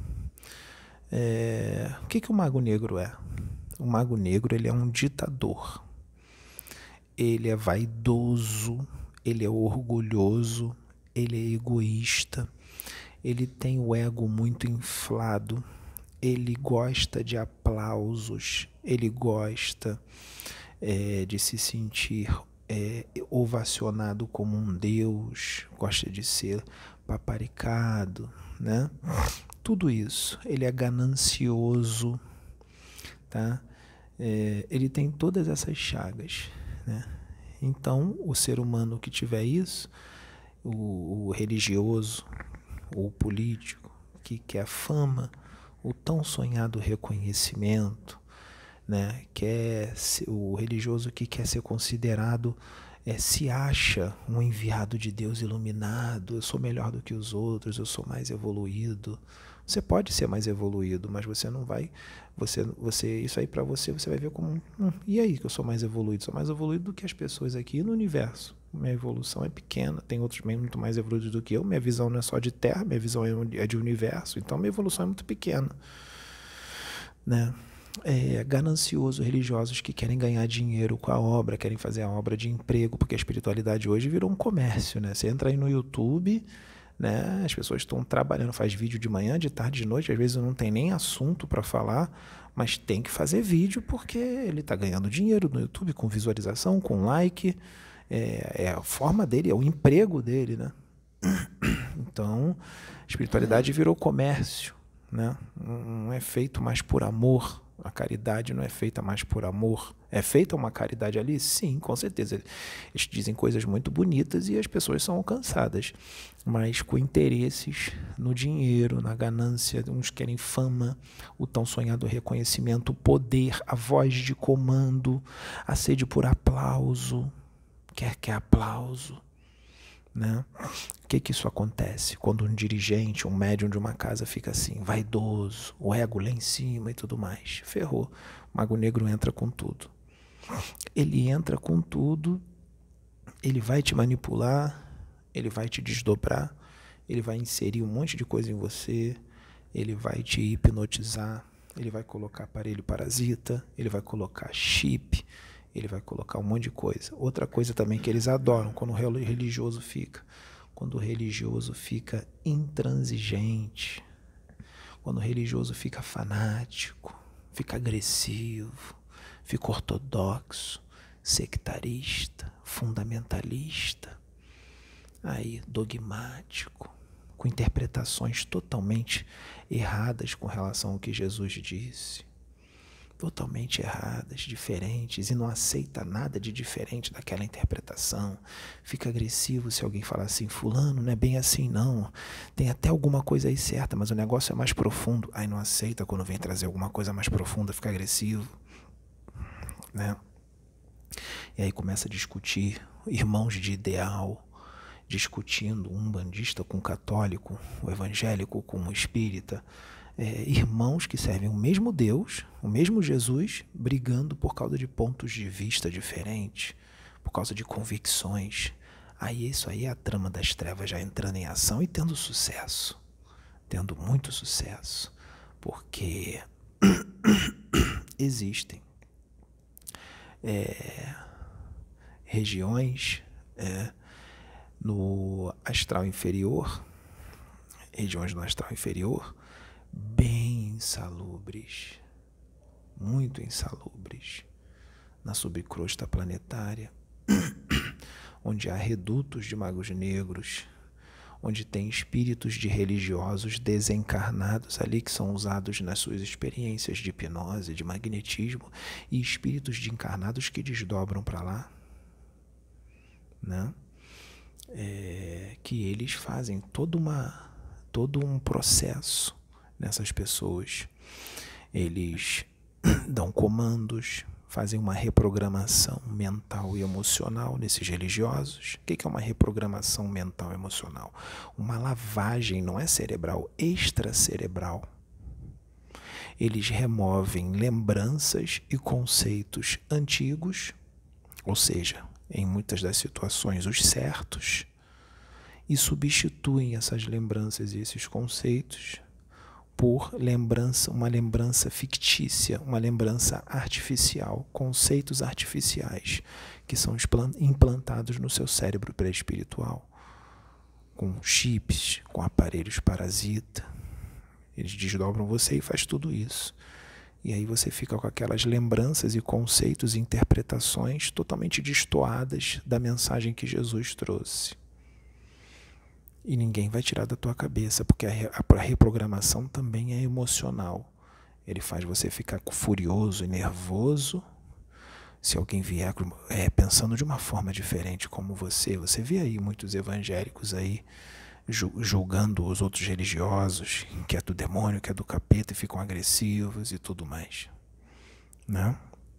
O que o mago negro é? O mago negro, ele é um ditador. Ele é vaidoso, ele é orgulhoso, ele é egoísta, ele tem o ego muito inflado, ele gosta de aplausos, ele gosta de se sentir ovacionado como um deus, gosta de ser paparicado, né? Tudo isso. Ele é ganancioso, tá? Ele tem todas essas chagas, né? Então, o ser humano que tiver isso, o religioso, o político, que quer fama, o tão sonhado reconhecimento, né? O religioso que quer ser considerado, se acha um enviado de Deus iluminado, eu sou melhor do que os outros, eu sou mais evoluído. Você pode ser mais evoluído, mas você não vai, isso aí para você vai ver como, e aí que eu sou mais evoluído? Sou mais evoluído do que as pessoas aqui no universo. Minha evolução é pequena, tem outros muito mais evoluídos do que eu, minha visão não é só de terra, minha visão é de universo, então minha evolução é muito pequena, né? Ganancioso, religiosos que querem ganhar dinheiro com a obra, querem fazer a obra de emprego, porque a espiritualidade hoje virou um comércio, né? Você entra aí no YouTube, né? As pessoas estão trabalhando, faz vídeo de manhã, de tarde, de noite, às vezes não tem nem assunto para falar, mas tem que fazer vídeo porque ele está ganhando dinheiro no YouTube com visualização, com like, é a forma dele, é o emprego dele, né? Então, a espiritualidade virou comércio, né? Não é feito mais por amor. A caridade não é feita mais por amor. É feita uma caridade ali? Sim, com certeza. Eles dizem coisas muito bonitas e as pessoas são alcançadas, mas com interesses no dinheiro, na ganância. Uns querem fama, o tão sonhado reconhecimento, o poder, a voz de comando, a sede por aplauso. Quer aplauso, né? O que isso acontece? Quando um dirigente, um médium de uma casa fica assim, vaidoso, o ego lá em cima e tudo mais. Ferrou. O mago negro entra com tudo. Ele entra com tudo, ele vai te manipular, ele vai te desdobrar, ele vai inserir um monte de coisa em você, ele vai te hipnotizar, ele vai colocar aparelho parasita, ele vai colocar chip, ele vai colocar um monte de coisa. Outra coisa também que eles adoram quando o religioso fica. Quando o religioso fica intransigente, quando o religioso fica fanático, fica agressivo, fica ortodoxo, sectarista, fundamentalista, aí dogmático, com interpretações totalmente erradas com relação ao que Jesus disse. Totalmente erradas, diferentes, e não aceita nada de diferente daquela interpretação. Fica agressivo se alguém falar assim, fulano, não é bem assim não, tem até alguma coisa aí certa, mas o negócio é mais profundo. Aí não aceita quando vem trazer alguma coisa mais profunda, fica agressivo, né? E aí começa a discutir, irmãos de ideal, discutindo um umbandista com um católico, o evangélico com um espírita, irmãos que servem o mesmo Deus, o mesmo Jesus, brigando por causa de pontos de vista diferentes, por causa de convicções. Aí isso aí é a trama das trevas já entrando em ação e tendo sucesso, tendo muito sucesso, porque existem regiões no astral inferior, regiões no astral inferior, bem insalubres, muito insalubres, na subcrosta planetária, onde há redutos de magos negros, onde tem espíritos de religiosos desencarnados ali que são usados nas suas experiências de hipnose, de magnetismo, e espíritos de encarnados que desdobram para lá, né? Que eles fazem todo um processo nessas pessoas. Eles dão comandos, fazem uma reprogramação mental e emocional nesses religiosos. O que é uma reprogramação mental e emocional? Uma lavagem, não é cerebral, extracerebral. Eles removem lembranças e conceitos antigos, ou seja, em muitas das situações, os certos, e substituem essas lembranças e esses conceitos por uma lembrança fictícia, uma lembrança artificial, conceitos artificiais que são implantados no seu cérebro pré-espiritual, com chips, com aparelhos parasita. Eles desdobram você e faz tudo isso. E aí você fica com aquelas lembranças e conceitos e interpretações totalmente destoadas da mensagem que Jesus trouxe. E ninguém vai tirar da tua cabeça, porque a reprogramação também é emocional. Ele faz você ficar furioso e nervoso. Se alguém vier pensando de uma forma diferente como você vê aí muitos evangélicos aí julgando os outros religiosos, que é do demônio, que é do capeta, e ficam agressivos e tudo mais, né?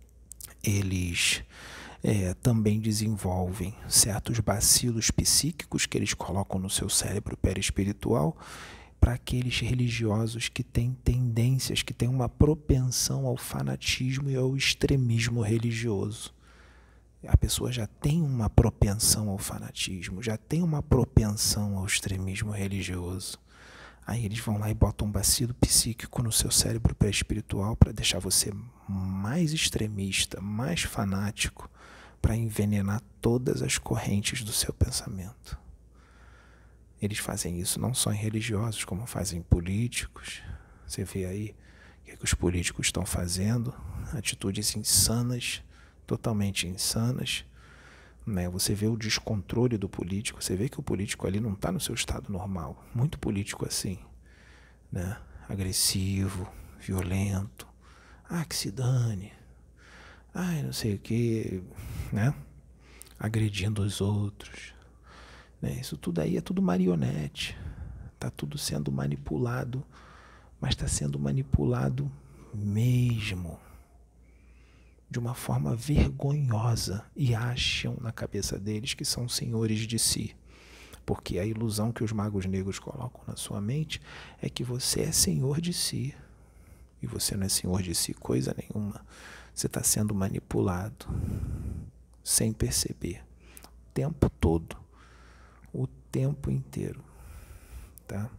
Eles também desenvolvem certos bacilos psíquicos que eles colocam no seu cérebro perispiritual para aqueles religiosos que têm tendências, que têm uma propensão ao fanatismo e ao extremismo religioso. A pessoa já tem uma propensão ao fanatismo, já tem uma propensão ao extremismo religioso. Aí eles vão lá e botam um bacilo psíquico no seu cérebro pré-espiritual para deixar você mais extremista, mais fanático, para envenenar todas as correntes do seu pensamento. Eles fazem isso não só em religiosos, como fazem em políticos. Você vê aí o que os políticos estão fazendo, atitudes insanas, totalmente insanas, né? Você vê o descontrole do político, você vê que o político ali não está no seu estado normal. Muito político assim, né? Agressivo, violento, que se dane, não sei o que, né? Agredindo os outros, né? Isso tudo aí é tudo marionete, está tudo sendo manipulado, mas está sendo manipulado mesmo, de uma forma vergonhosa, e acham na cabeça deles que são senhores de si. Porque a ilusão que os magos negros colocam na sua mente é que você é senhor de si. E você não é senhor de si coisa nenhuma. Você está sendo manipulado sem perceber. O tempo todo. O tempo inteiro. Tá?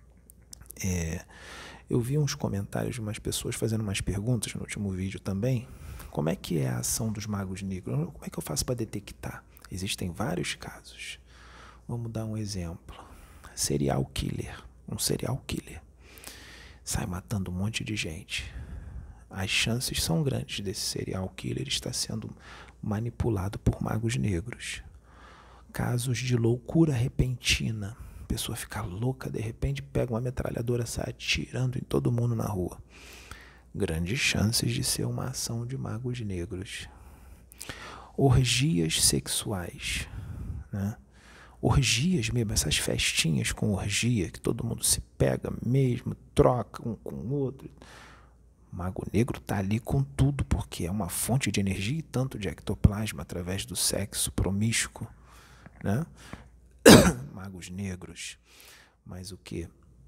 Eu vi uns comentários de umas pessoas fazendo umas perguntas no último vídeo também. Como é que é a ação dos magos negros? Como é que eu faço para detectar? Existem vários casos. Vamos dar um exemplo. Serial killer. Um serial killer sai matando um monte de gente. As chances são grandes desse serial killer estar sendo manipulado por magos negros. Casos de loucura repentina. A pessoa fica louca, de repente pega uma metralhadora, sai atirando em todo mundo na rua. Grandes chances de ser uma ação de magos negros. Orgias sexuais, né? Orgias mesmo, essas festinhas com orgia, que todo mundo se pega mesmo, troca um com o outro. O mago negro está ali com tudo, porque é uma fonte de energia e tanto de ectoplasma através do sexo promíscuo, né? Magos negros. Mas o que?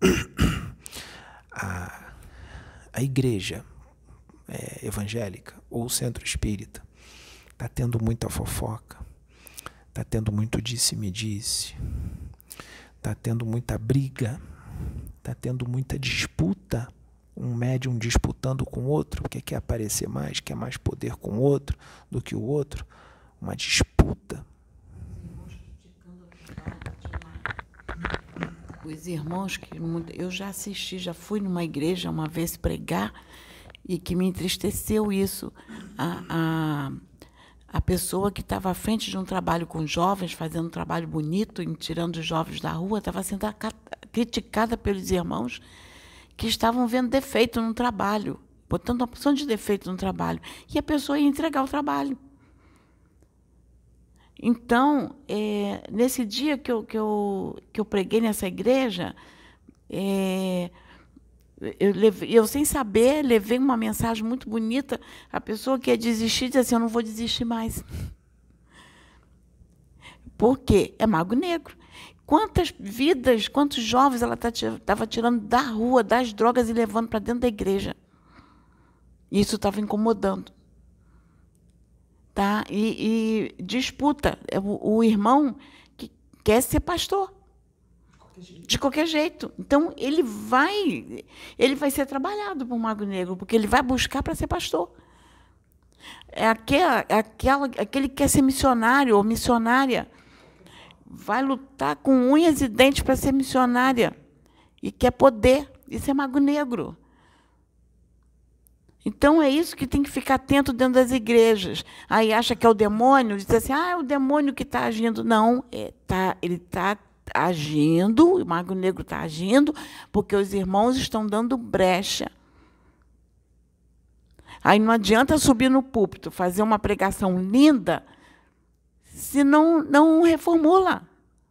A igreja evangélica ou o centro espírita está tendo muita fofoca, está tendo muito disse-me-disse, está tendo muita briga, está tendo muita disputa, um médium disputando com o outro, porque quer aparecer mais, quer mais poder com o outro do que o outro, uma disputa. Os irmãos que eu já assisti, já fui numa igreja uma vez pregar e que me entristeceu isso. A pessoa que estava à frente de um trabalho com jovens, fazendo um trabalho bonito, tirando os jovens da rua, estava sendo criticada pelos irmãos que estavam vendo defeito no trabalho, botando uma porção de defeito no trabalho, e a pessoa ia entregar o trabalho. Então, nesse dia que eu preguei nessa igreja, eu, sem saber, levei uma mensagem muito bonita. A pessoa que ia desistir disse assim: eu não vou desistir mais. Por quê? É mago negro. Quantas vidas, quantos jovens ela estava tirando da rua, das drogas e levando para dentro da igreja. Isso estava incomodando. Tá? E disputa. O irmão que quer ser pastor. De qualquer jeito. Então, ele vai ser trabalhado por um mago negro, porque ele vai buscar para ser pastor. Aquele que quer ser missionário ou missionária, vai lutar com unhas e dentes para ser missionária e quer poder. Isso é mago negro. Então, é isso que tem que ficar atento dentro das igrejas. Aí acha que é o demônio, diz assim: é o demônio que está agindo. Não, ele está agindo, o mago negro está agindo, porque os irmãos estão dando brecha. Aí não adianta subir no púlpito, fazer uma pregação linda, se não reformula.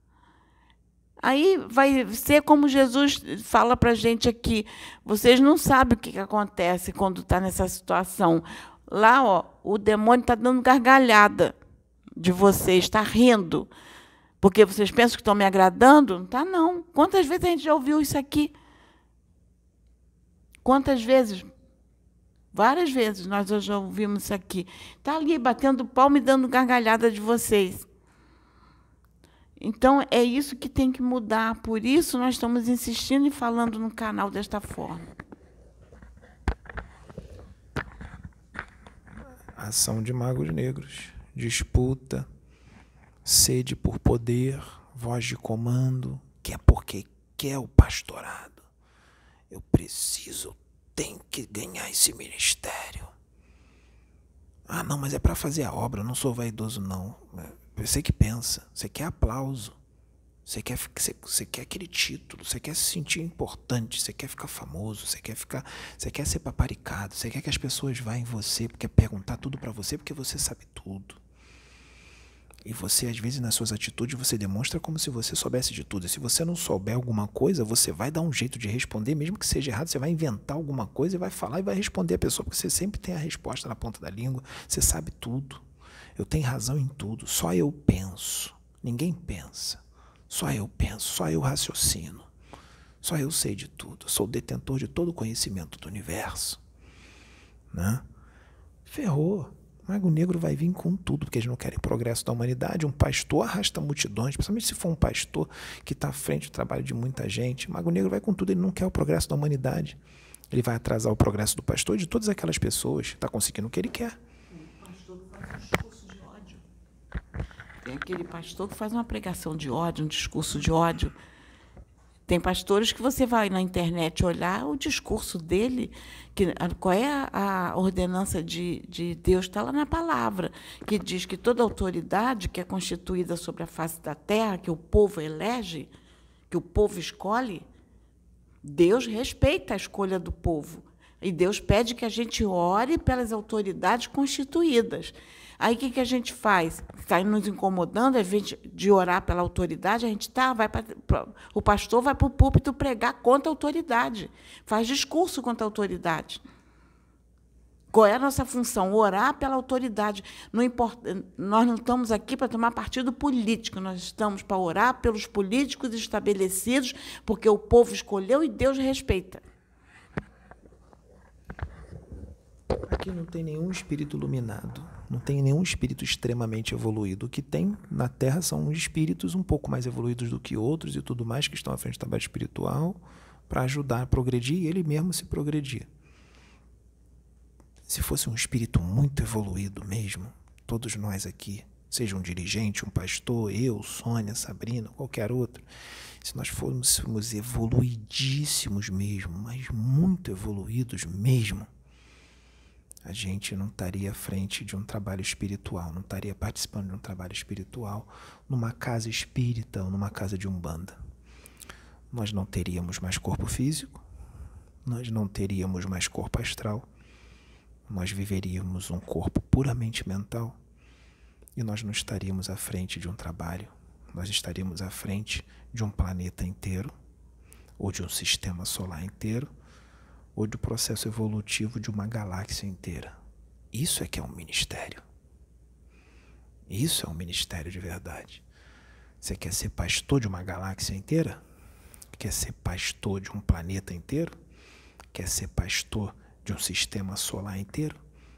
Aí vai ser como Jesus fala para a gente aqui: vocês não sabem o que acontece quando está nessa situação. Lá, o demônio está dando gargalhada de vocês, está rindo. Porque vocês pensam que estão me agradando? Não está, não. Quantas vezes a gente já ouviu isso aqui? Quantas vezes? Várias vezes nós já ouvimos isso aqui. Está ali batendo palma e dando gargalhada de vocês. Então, é isso que tem que mudar. Por isso, nós estamos insistindo e falando no canal desta forma. Ação de magos negros. Disputa. Sede por poder, voz de comando, quer porque quer o pastorado. Eu tenho que ganhar esse ministério. Ah, não, mas é para fazer a obra, eu não sou vaidoso, não. Você que pensa, você quer aplauso, você quer aquele título, você quer se sentir importante, você quer ficar famoso, você quer ser paparicado, você quer que as pessoas vá em você, quer perguntar tudo para você, porque você sabe tudo. E você, às vezes, nas suas atitudes, você demonstra como se você soubesse de tudo. E se você não souber alguma coisa, você vai dar um jeito de responder, mesmo que seja errado, você vai inventar alguma coisa e vai falar e vai responder a pessoa, porque você sempre tem a resposta na ponta da língua, você sabe tudo. Eu tenho razão em tudo, só eu penso. Ninguém pensa. Só eu penso, só eu raciocino. Só eu sei de tudo. Eu sou o detentor de todo o conhecimento do universo. Né? Ferrou. O Mago Negro vai vir com tudo, porque eles não querem progresso da humanidade. Um pastor arrasta multidões, principalmente se for um pastor que está à frente do trabalho de muita gente. O Mago Negro vai com tudo, ele não quer o progresso da humanidade. Ele vai atrasar o progresso do pastor e de todas aquelas pessoas. Está conseguindo o que ele quer. O pastor faz um discurso de ódio. Tem aquele pastor que faz uma pregação de ódio, um discurso de ódio. Tem pastores que você vai na internet olhar o discurso dele, qual é a ordenança de Deus, está lá na palavra, que diz que toda autoridade que é constituída sobre a face da terra, que o povo elege, que o povo escolhe, Deus respeita a escolha do povo. E Deus pede que a gente ore pelas autoridades constituídas. Aí o que a gente faz? Está nos incomodando, ao invés de orar pela autoridade, a gente o pastor vai para o púlpito pregar contra a autoridade, faz discurso contra a autoridade. Qual é a nossa função? Orar pela autoridade. Não importa, nós não estamos aqui para tomar partido político, nós estamos para orar pelos políticos estabelecidos, porque o povo escolheu e Deus respeita. Aqui não tem nenhum espírito iluminado, não tem nenhum espírito extremamente evoluído. O que tem na Terra são espíritos um pouco mais evoluídos do que outros e tudo mais, que estão à frente do trabalho espiritual para ajudar a progredir e ele mesmo se progredir. Se fosse um espírito muito evoluído mesmo, todos nós aqui, seja um dirigente, um pastor, eu, Sônia, Sabrina, qualquer outro, se nós fôssemos evoluidíssimos mesmo, mas muito evoluídos mesmo, a gente não estaria à frente de um trabalho espiritual, não estaria participando de um trabalho espiritual numa casa espírita ou numa casa de umbanda. Nós não teríamos mais corpo físico, nós não teríamos mais corpo astral, nós viveríamos um corpo puramente mental e nós não estaríamos à frente de um trabalho, nós estaríamos à frente de um planeta inteiro ou de um sistema solar inteiro, ou do processo evolutivo de uma galáxia inteira. Isso é que é um ministério. Isso é um ministério de verdade. Você quer ser pastor de uma galáxia inteira? Quer ser pastor de um planeta inteiro? Quer ser pastor de um sistema solar inteiro?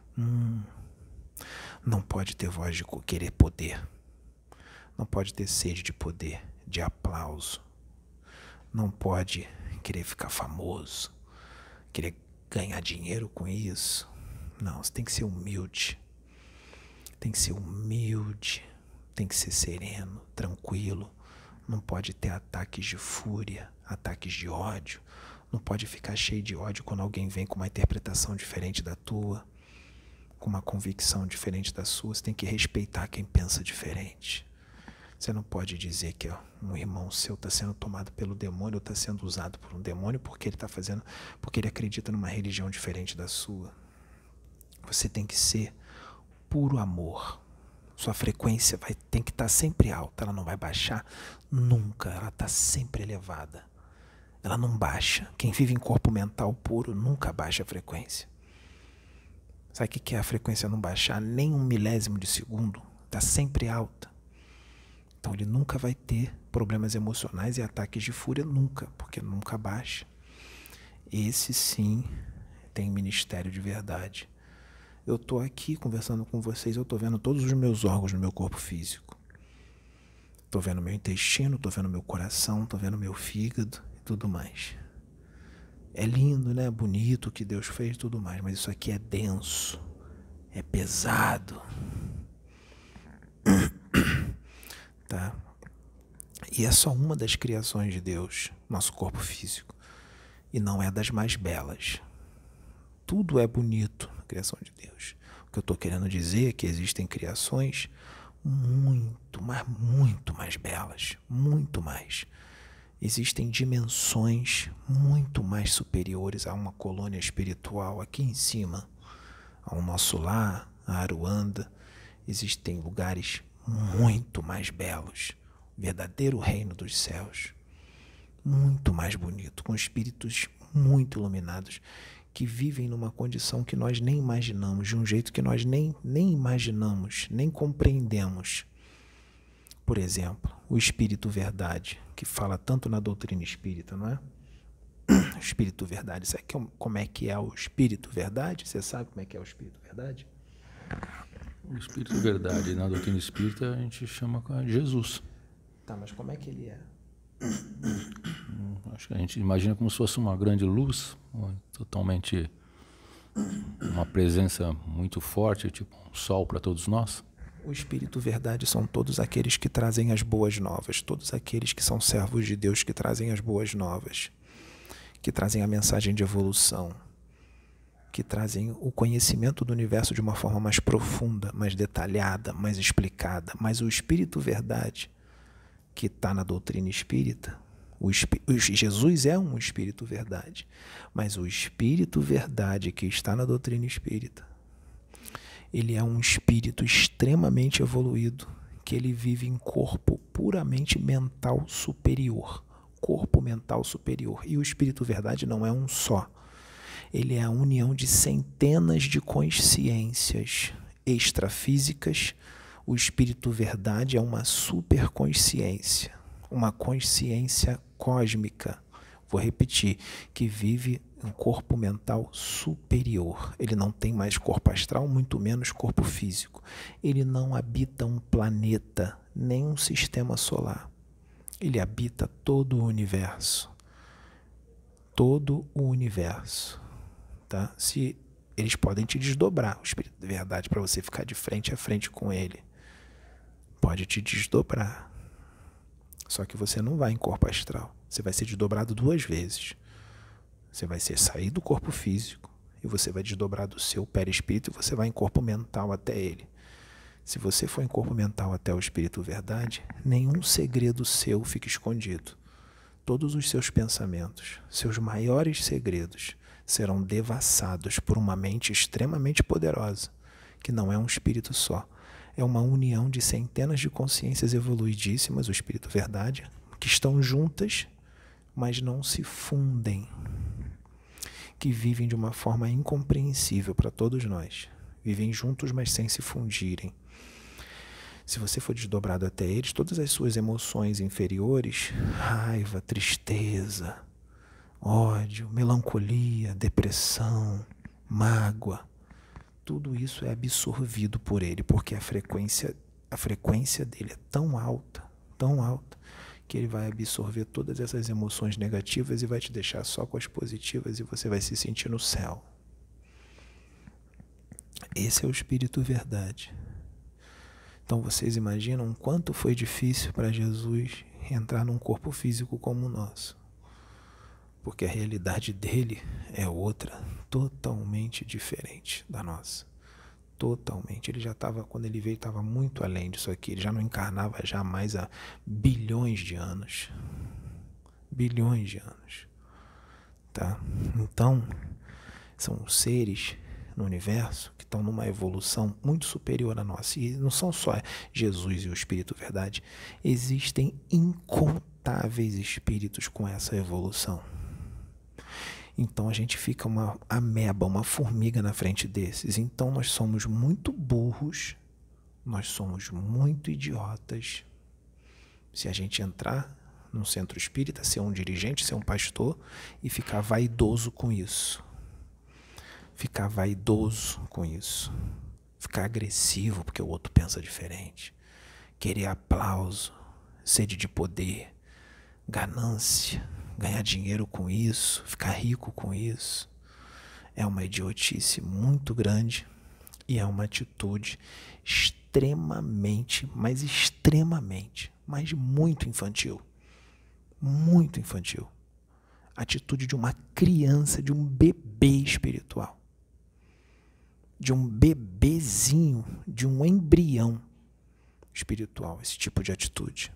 Não pode ter voz de querer poder. Não pode ter sede de poder, de aplauso. Não pode querer ficar famoso, querer ganhar dinheiro com isso. Não, você tem que ser humilde. Tem que ser humilde. Tem que ser sereno, tranquilo. Não pode ter ataques de fúria, ataques de ódio. Não pode ficar cheio de ódio quando alguém vem com uma interpretação diferente da tua, com uma convicção diferente da sua. Você tem que respeitar quem pensa diferente. Você não pode dizer que um irmão seu está sendo tomado pelo demônio ou está sendo usado por um demônio porque ele acredita numa religião diferente da sua. Você tem que ser puro amor. Sua frequência tem que estar sempre alta, ela não vai baixar nunca, ela está sempre elevada. Ela não baixa. Quem vive em corpo mental puro nunca baixa a frequência. Sabe o que é a frequência não baixar nem 1 milésimo de segundo? Está sempre alta. Então ele nunca vai ter problemas emocionais e ataques de fúria, nunca, porque nunca baixa. Esse sim tem ministério de verdade. Eu estou aqui conversando com vocês, eu estou vendo todos os meus órgãos no meu corpo físico. Estou vendo meu intestino, estou vendo meu coração, estou vendo meu fígado e tudo mais. É lindo, né? Bonito o que Deus fez e tudo mais, mas isso aqui é denso, é pesado. Tá? E é só uma das criações de Deus, nosso corpo físico. E não é das mais belas. Tudo é bonito na criação de Deus. O que eu estou querendo dizer é que existem criações muito, mas muito mais belas. Muito mais. Existem dimensões muito mais superiores a uma colônia espiritual aqui em cima, ao nosso lar, a Aruanda. Existem lugares muito mais belos. O verdadeiro reino dos céus. Muito mais bonito, com espíritos muito iluminados, que vivem numa condição que nós nem imaginamos, de um jeito que nós nem imaginamos, nem compreendemos. Por exemplo, o Espírito Verdade, que fala tanto na doutrina espírita, não é? O Espírito Verdade, sabe como é que é o Espírito Verdade? Você sabe como é que é o Espírito Verdade? O Espírito Verdade, na doutrina espírita, a gente chama de Jesus. Tá, mas como é que ele é? Acho que a gente imagina como se fosse uma grande luz, totalmente, uma presença muito forte, tipo um sol para todos nós. O Espírito Verdade são todos aqueles que trazem as boas novas, todos aqueles que são servos de Deus, que trazem as boas novas, que trazem a mensagem de evolução, que trazem o conhecimento do universo de uma forma mais profunda, mais detalhada, mais explicada. Mas o Espírito Verdade, que está na doutrina espírita, Jesus é um Espírito Verdade, mas o Espírito Verdade que está na doutrina espírita, ele é um espírito extremamente evoluído, que ele vive em corpo puramente mental superior, corpo mental superior. E o Espírito Verdade não é um só, ele é a união de centenas de consciências extrafísicas. O Espírito Verdade é uma superconsciência, uma consciência cósmica, vou repetir, que vive um corpo mental superior. Ele não tem mais corpo astral, muito menos corpo físico. Ele não habita um planeta, nem um sistema solar. Ele habita todo o universo. Todo o universo. Tá? Se eles podem te desdobrar, o Espírito de Verdade, para você ficar de frente a frente com ele. Pode te desdobrar. Só que você não vai em corpo astral. Você vai ser desdobrado 2 vezes. Você vai sair do corpo físico e você vai desdobrar do seu perispírito e você vai em corpo mental até ele. Se você for em corpo mental até o Espírito Verdade, nenhum segredo seu fica escondido. Todos os seus pensamentos, seus maiores segredos, serão devassados por uma mente extremamente poderosa, que não é um espírito só. É uma união de centenas de consciências evoluidíssimas, o Espírito Verdade, que estão juntas, mas não se fundem, que vivem de uma forma incompreensível para todos nós. Vivem juntos, mas sem se fundirem. Se você for desdobrado até eles, todas as suas emoções inferiores, raiva, tristeza, ódio, melancolia, depressão, mágoa, tudo isso é absorvido por ele, porque a frequência dele é tão alta, que ele vai absorver todas essas emoções negativas e vai te deixar só com as positivas e você vai se sentir no céu. Esse é o Espírito Verdade. Então vocês imaginam o quanto foi difícil para Jesus entrar num corpo físico como o nosso. Porque a realidade dele é outra, totalmente diferente da nossa. Totalmente. Ele já estava, quando ele veio, estava muito além disso aqui. Ele já não encarnava jamais há bilhões de anos. Bilhões de anos. Tá? Então, são seres no universo que estão numa evolução muito superior à nossa. E não são só Jesus e o Espírito Verdade. Existem incontáveis espíritos com essa evolução. Então a gente fica uma ameba, uma formiga na frente desses. Então nós somos muito burros, nós somos muito idiotas. Se a gente entrar num centro espírita, ser um dirigente, ser um pastor e ficar vaidoso com isso. Ficar vaidoso com isso. Ficar agressivo porque o outro pensa diferente. Querer aplauso, sede de poder, ganância. Ganhar dinheiro com isso, ficar rico com isso, é uma idiotice muito grande e é uma atitude extremamente, mas extremamente mas muito infantil. Muito infantil. Atitude de uma criança, de um bebê espiritual. De um bebezinho, de um embrião espiritual, esse tipo de atitude.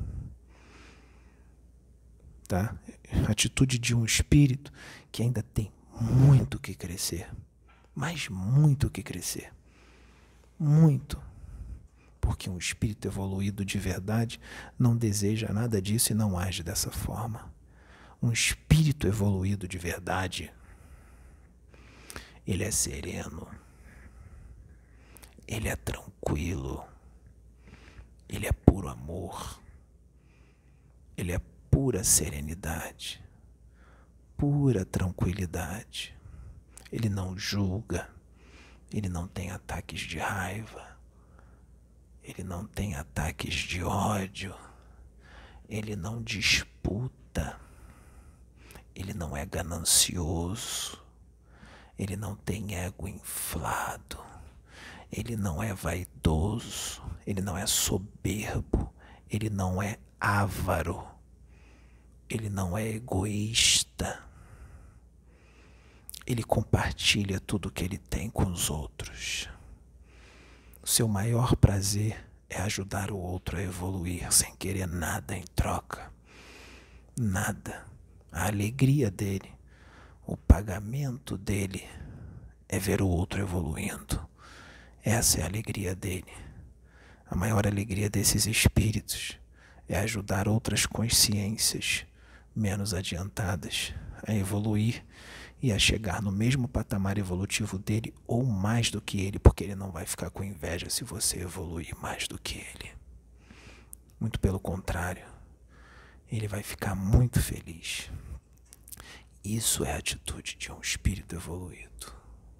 Tá? Atitude de um espírito que ainda tem muito que crescer. Mas muito que crescer. Muito. Porque um espírito evoluído de verdade não deseja nada disso e não age dessa forma. Um espírito evoluído de verdade, ele é sereno, ele é tranquilo, ele é puro amor, ele é pura serenidade, pura tranquilidade. Ele não julga, ele não tem ataques de raiva, ele não tem ataques de ódio, ele não disputa, ele não é ganancioso, ele não tem ego inflado, ele não é vaidoso, ele não é soberbo, ele não é avaro, ele não é egoísta. Ele compartilha tudo que ele tem com os outros. O seu maior prazer é ajudar o outro a evoluir sem querer nada em troca. Nada. A alegria dele, o pagamento dele é ver o outro evoluindo. Essa é a alegria dele. A maior alegria desses espíritos é ajudar outras consciências menos adiantadas a evoluir e a chegar no mesmo patamar evolutivo dele ou mais do que ele, porque ele não vai ficar com inveja se você evoluir mais do que ele. Muito pelo contrário, ele vai ficar muito feliz. Isso é a atitude de um espírito evoluído.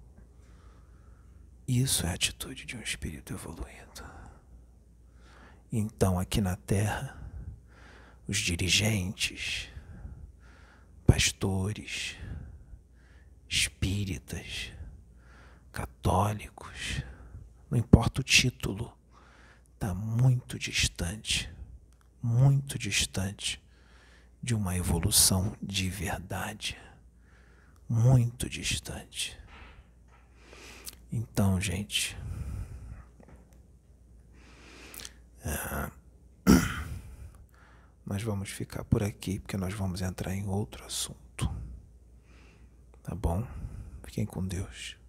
Isso é a atitude de um espírito evoluído. Então, aqui na Terra, os dirigentes, pastores, espíritas, católicos, não importa o título, está muito distante de uma evolução de verdade, muito distante. Então, gente, nós vamos ficar por aqui, porque nós vamos entrar em outro assunto. Tá bom? Fiquem com Deus.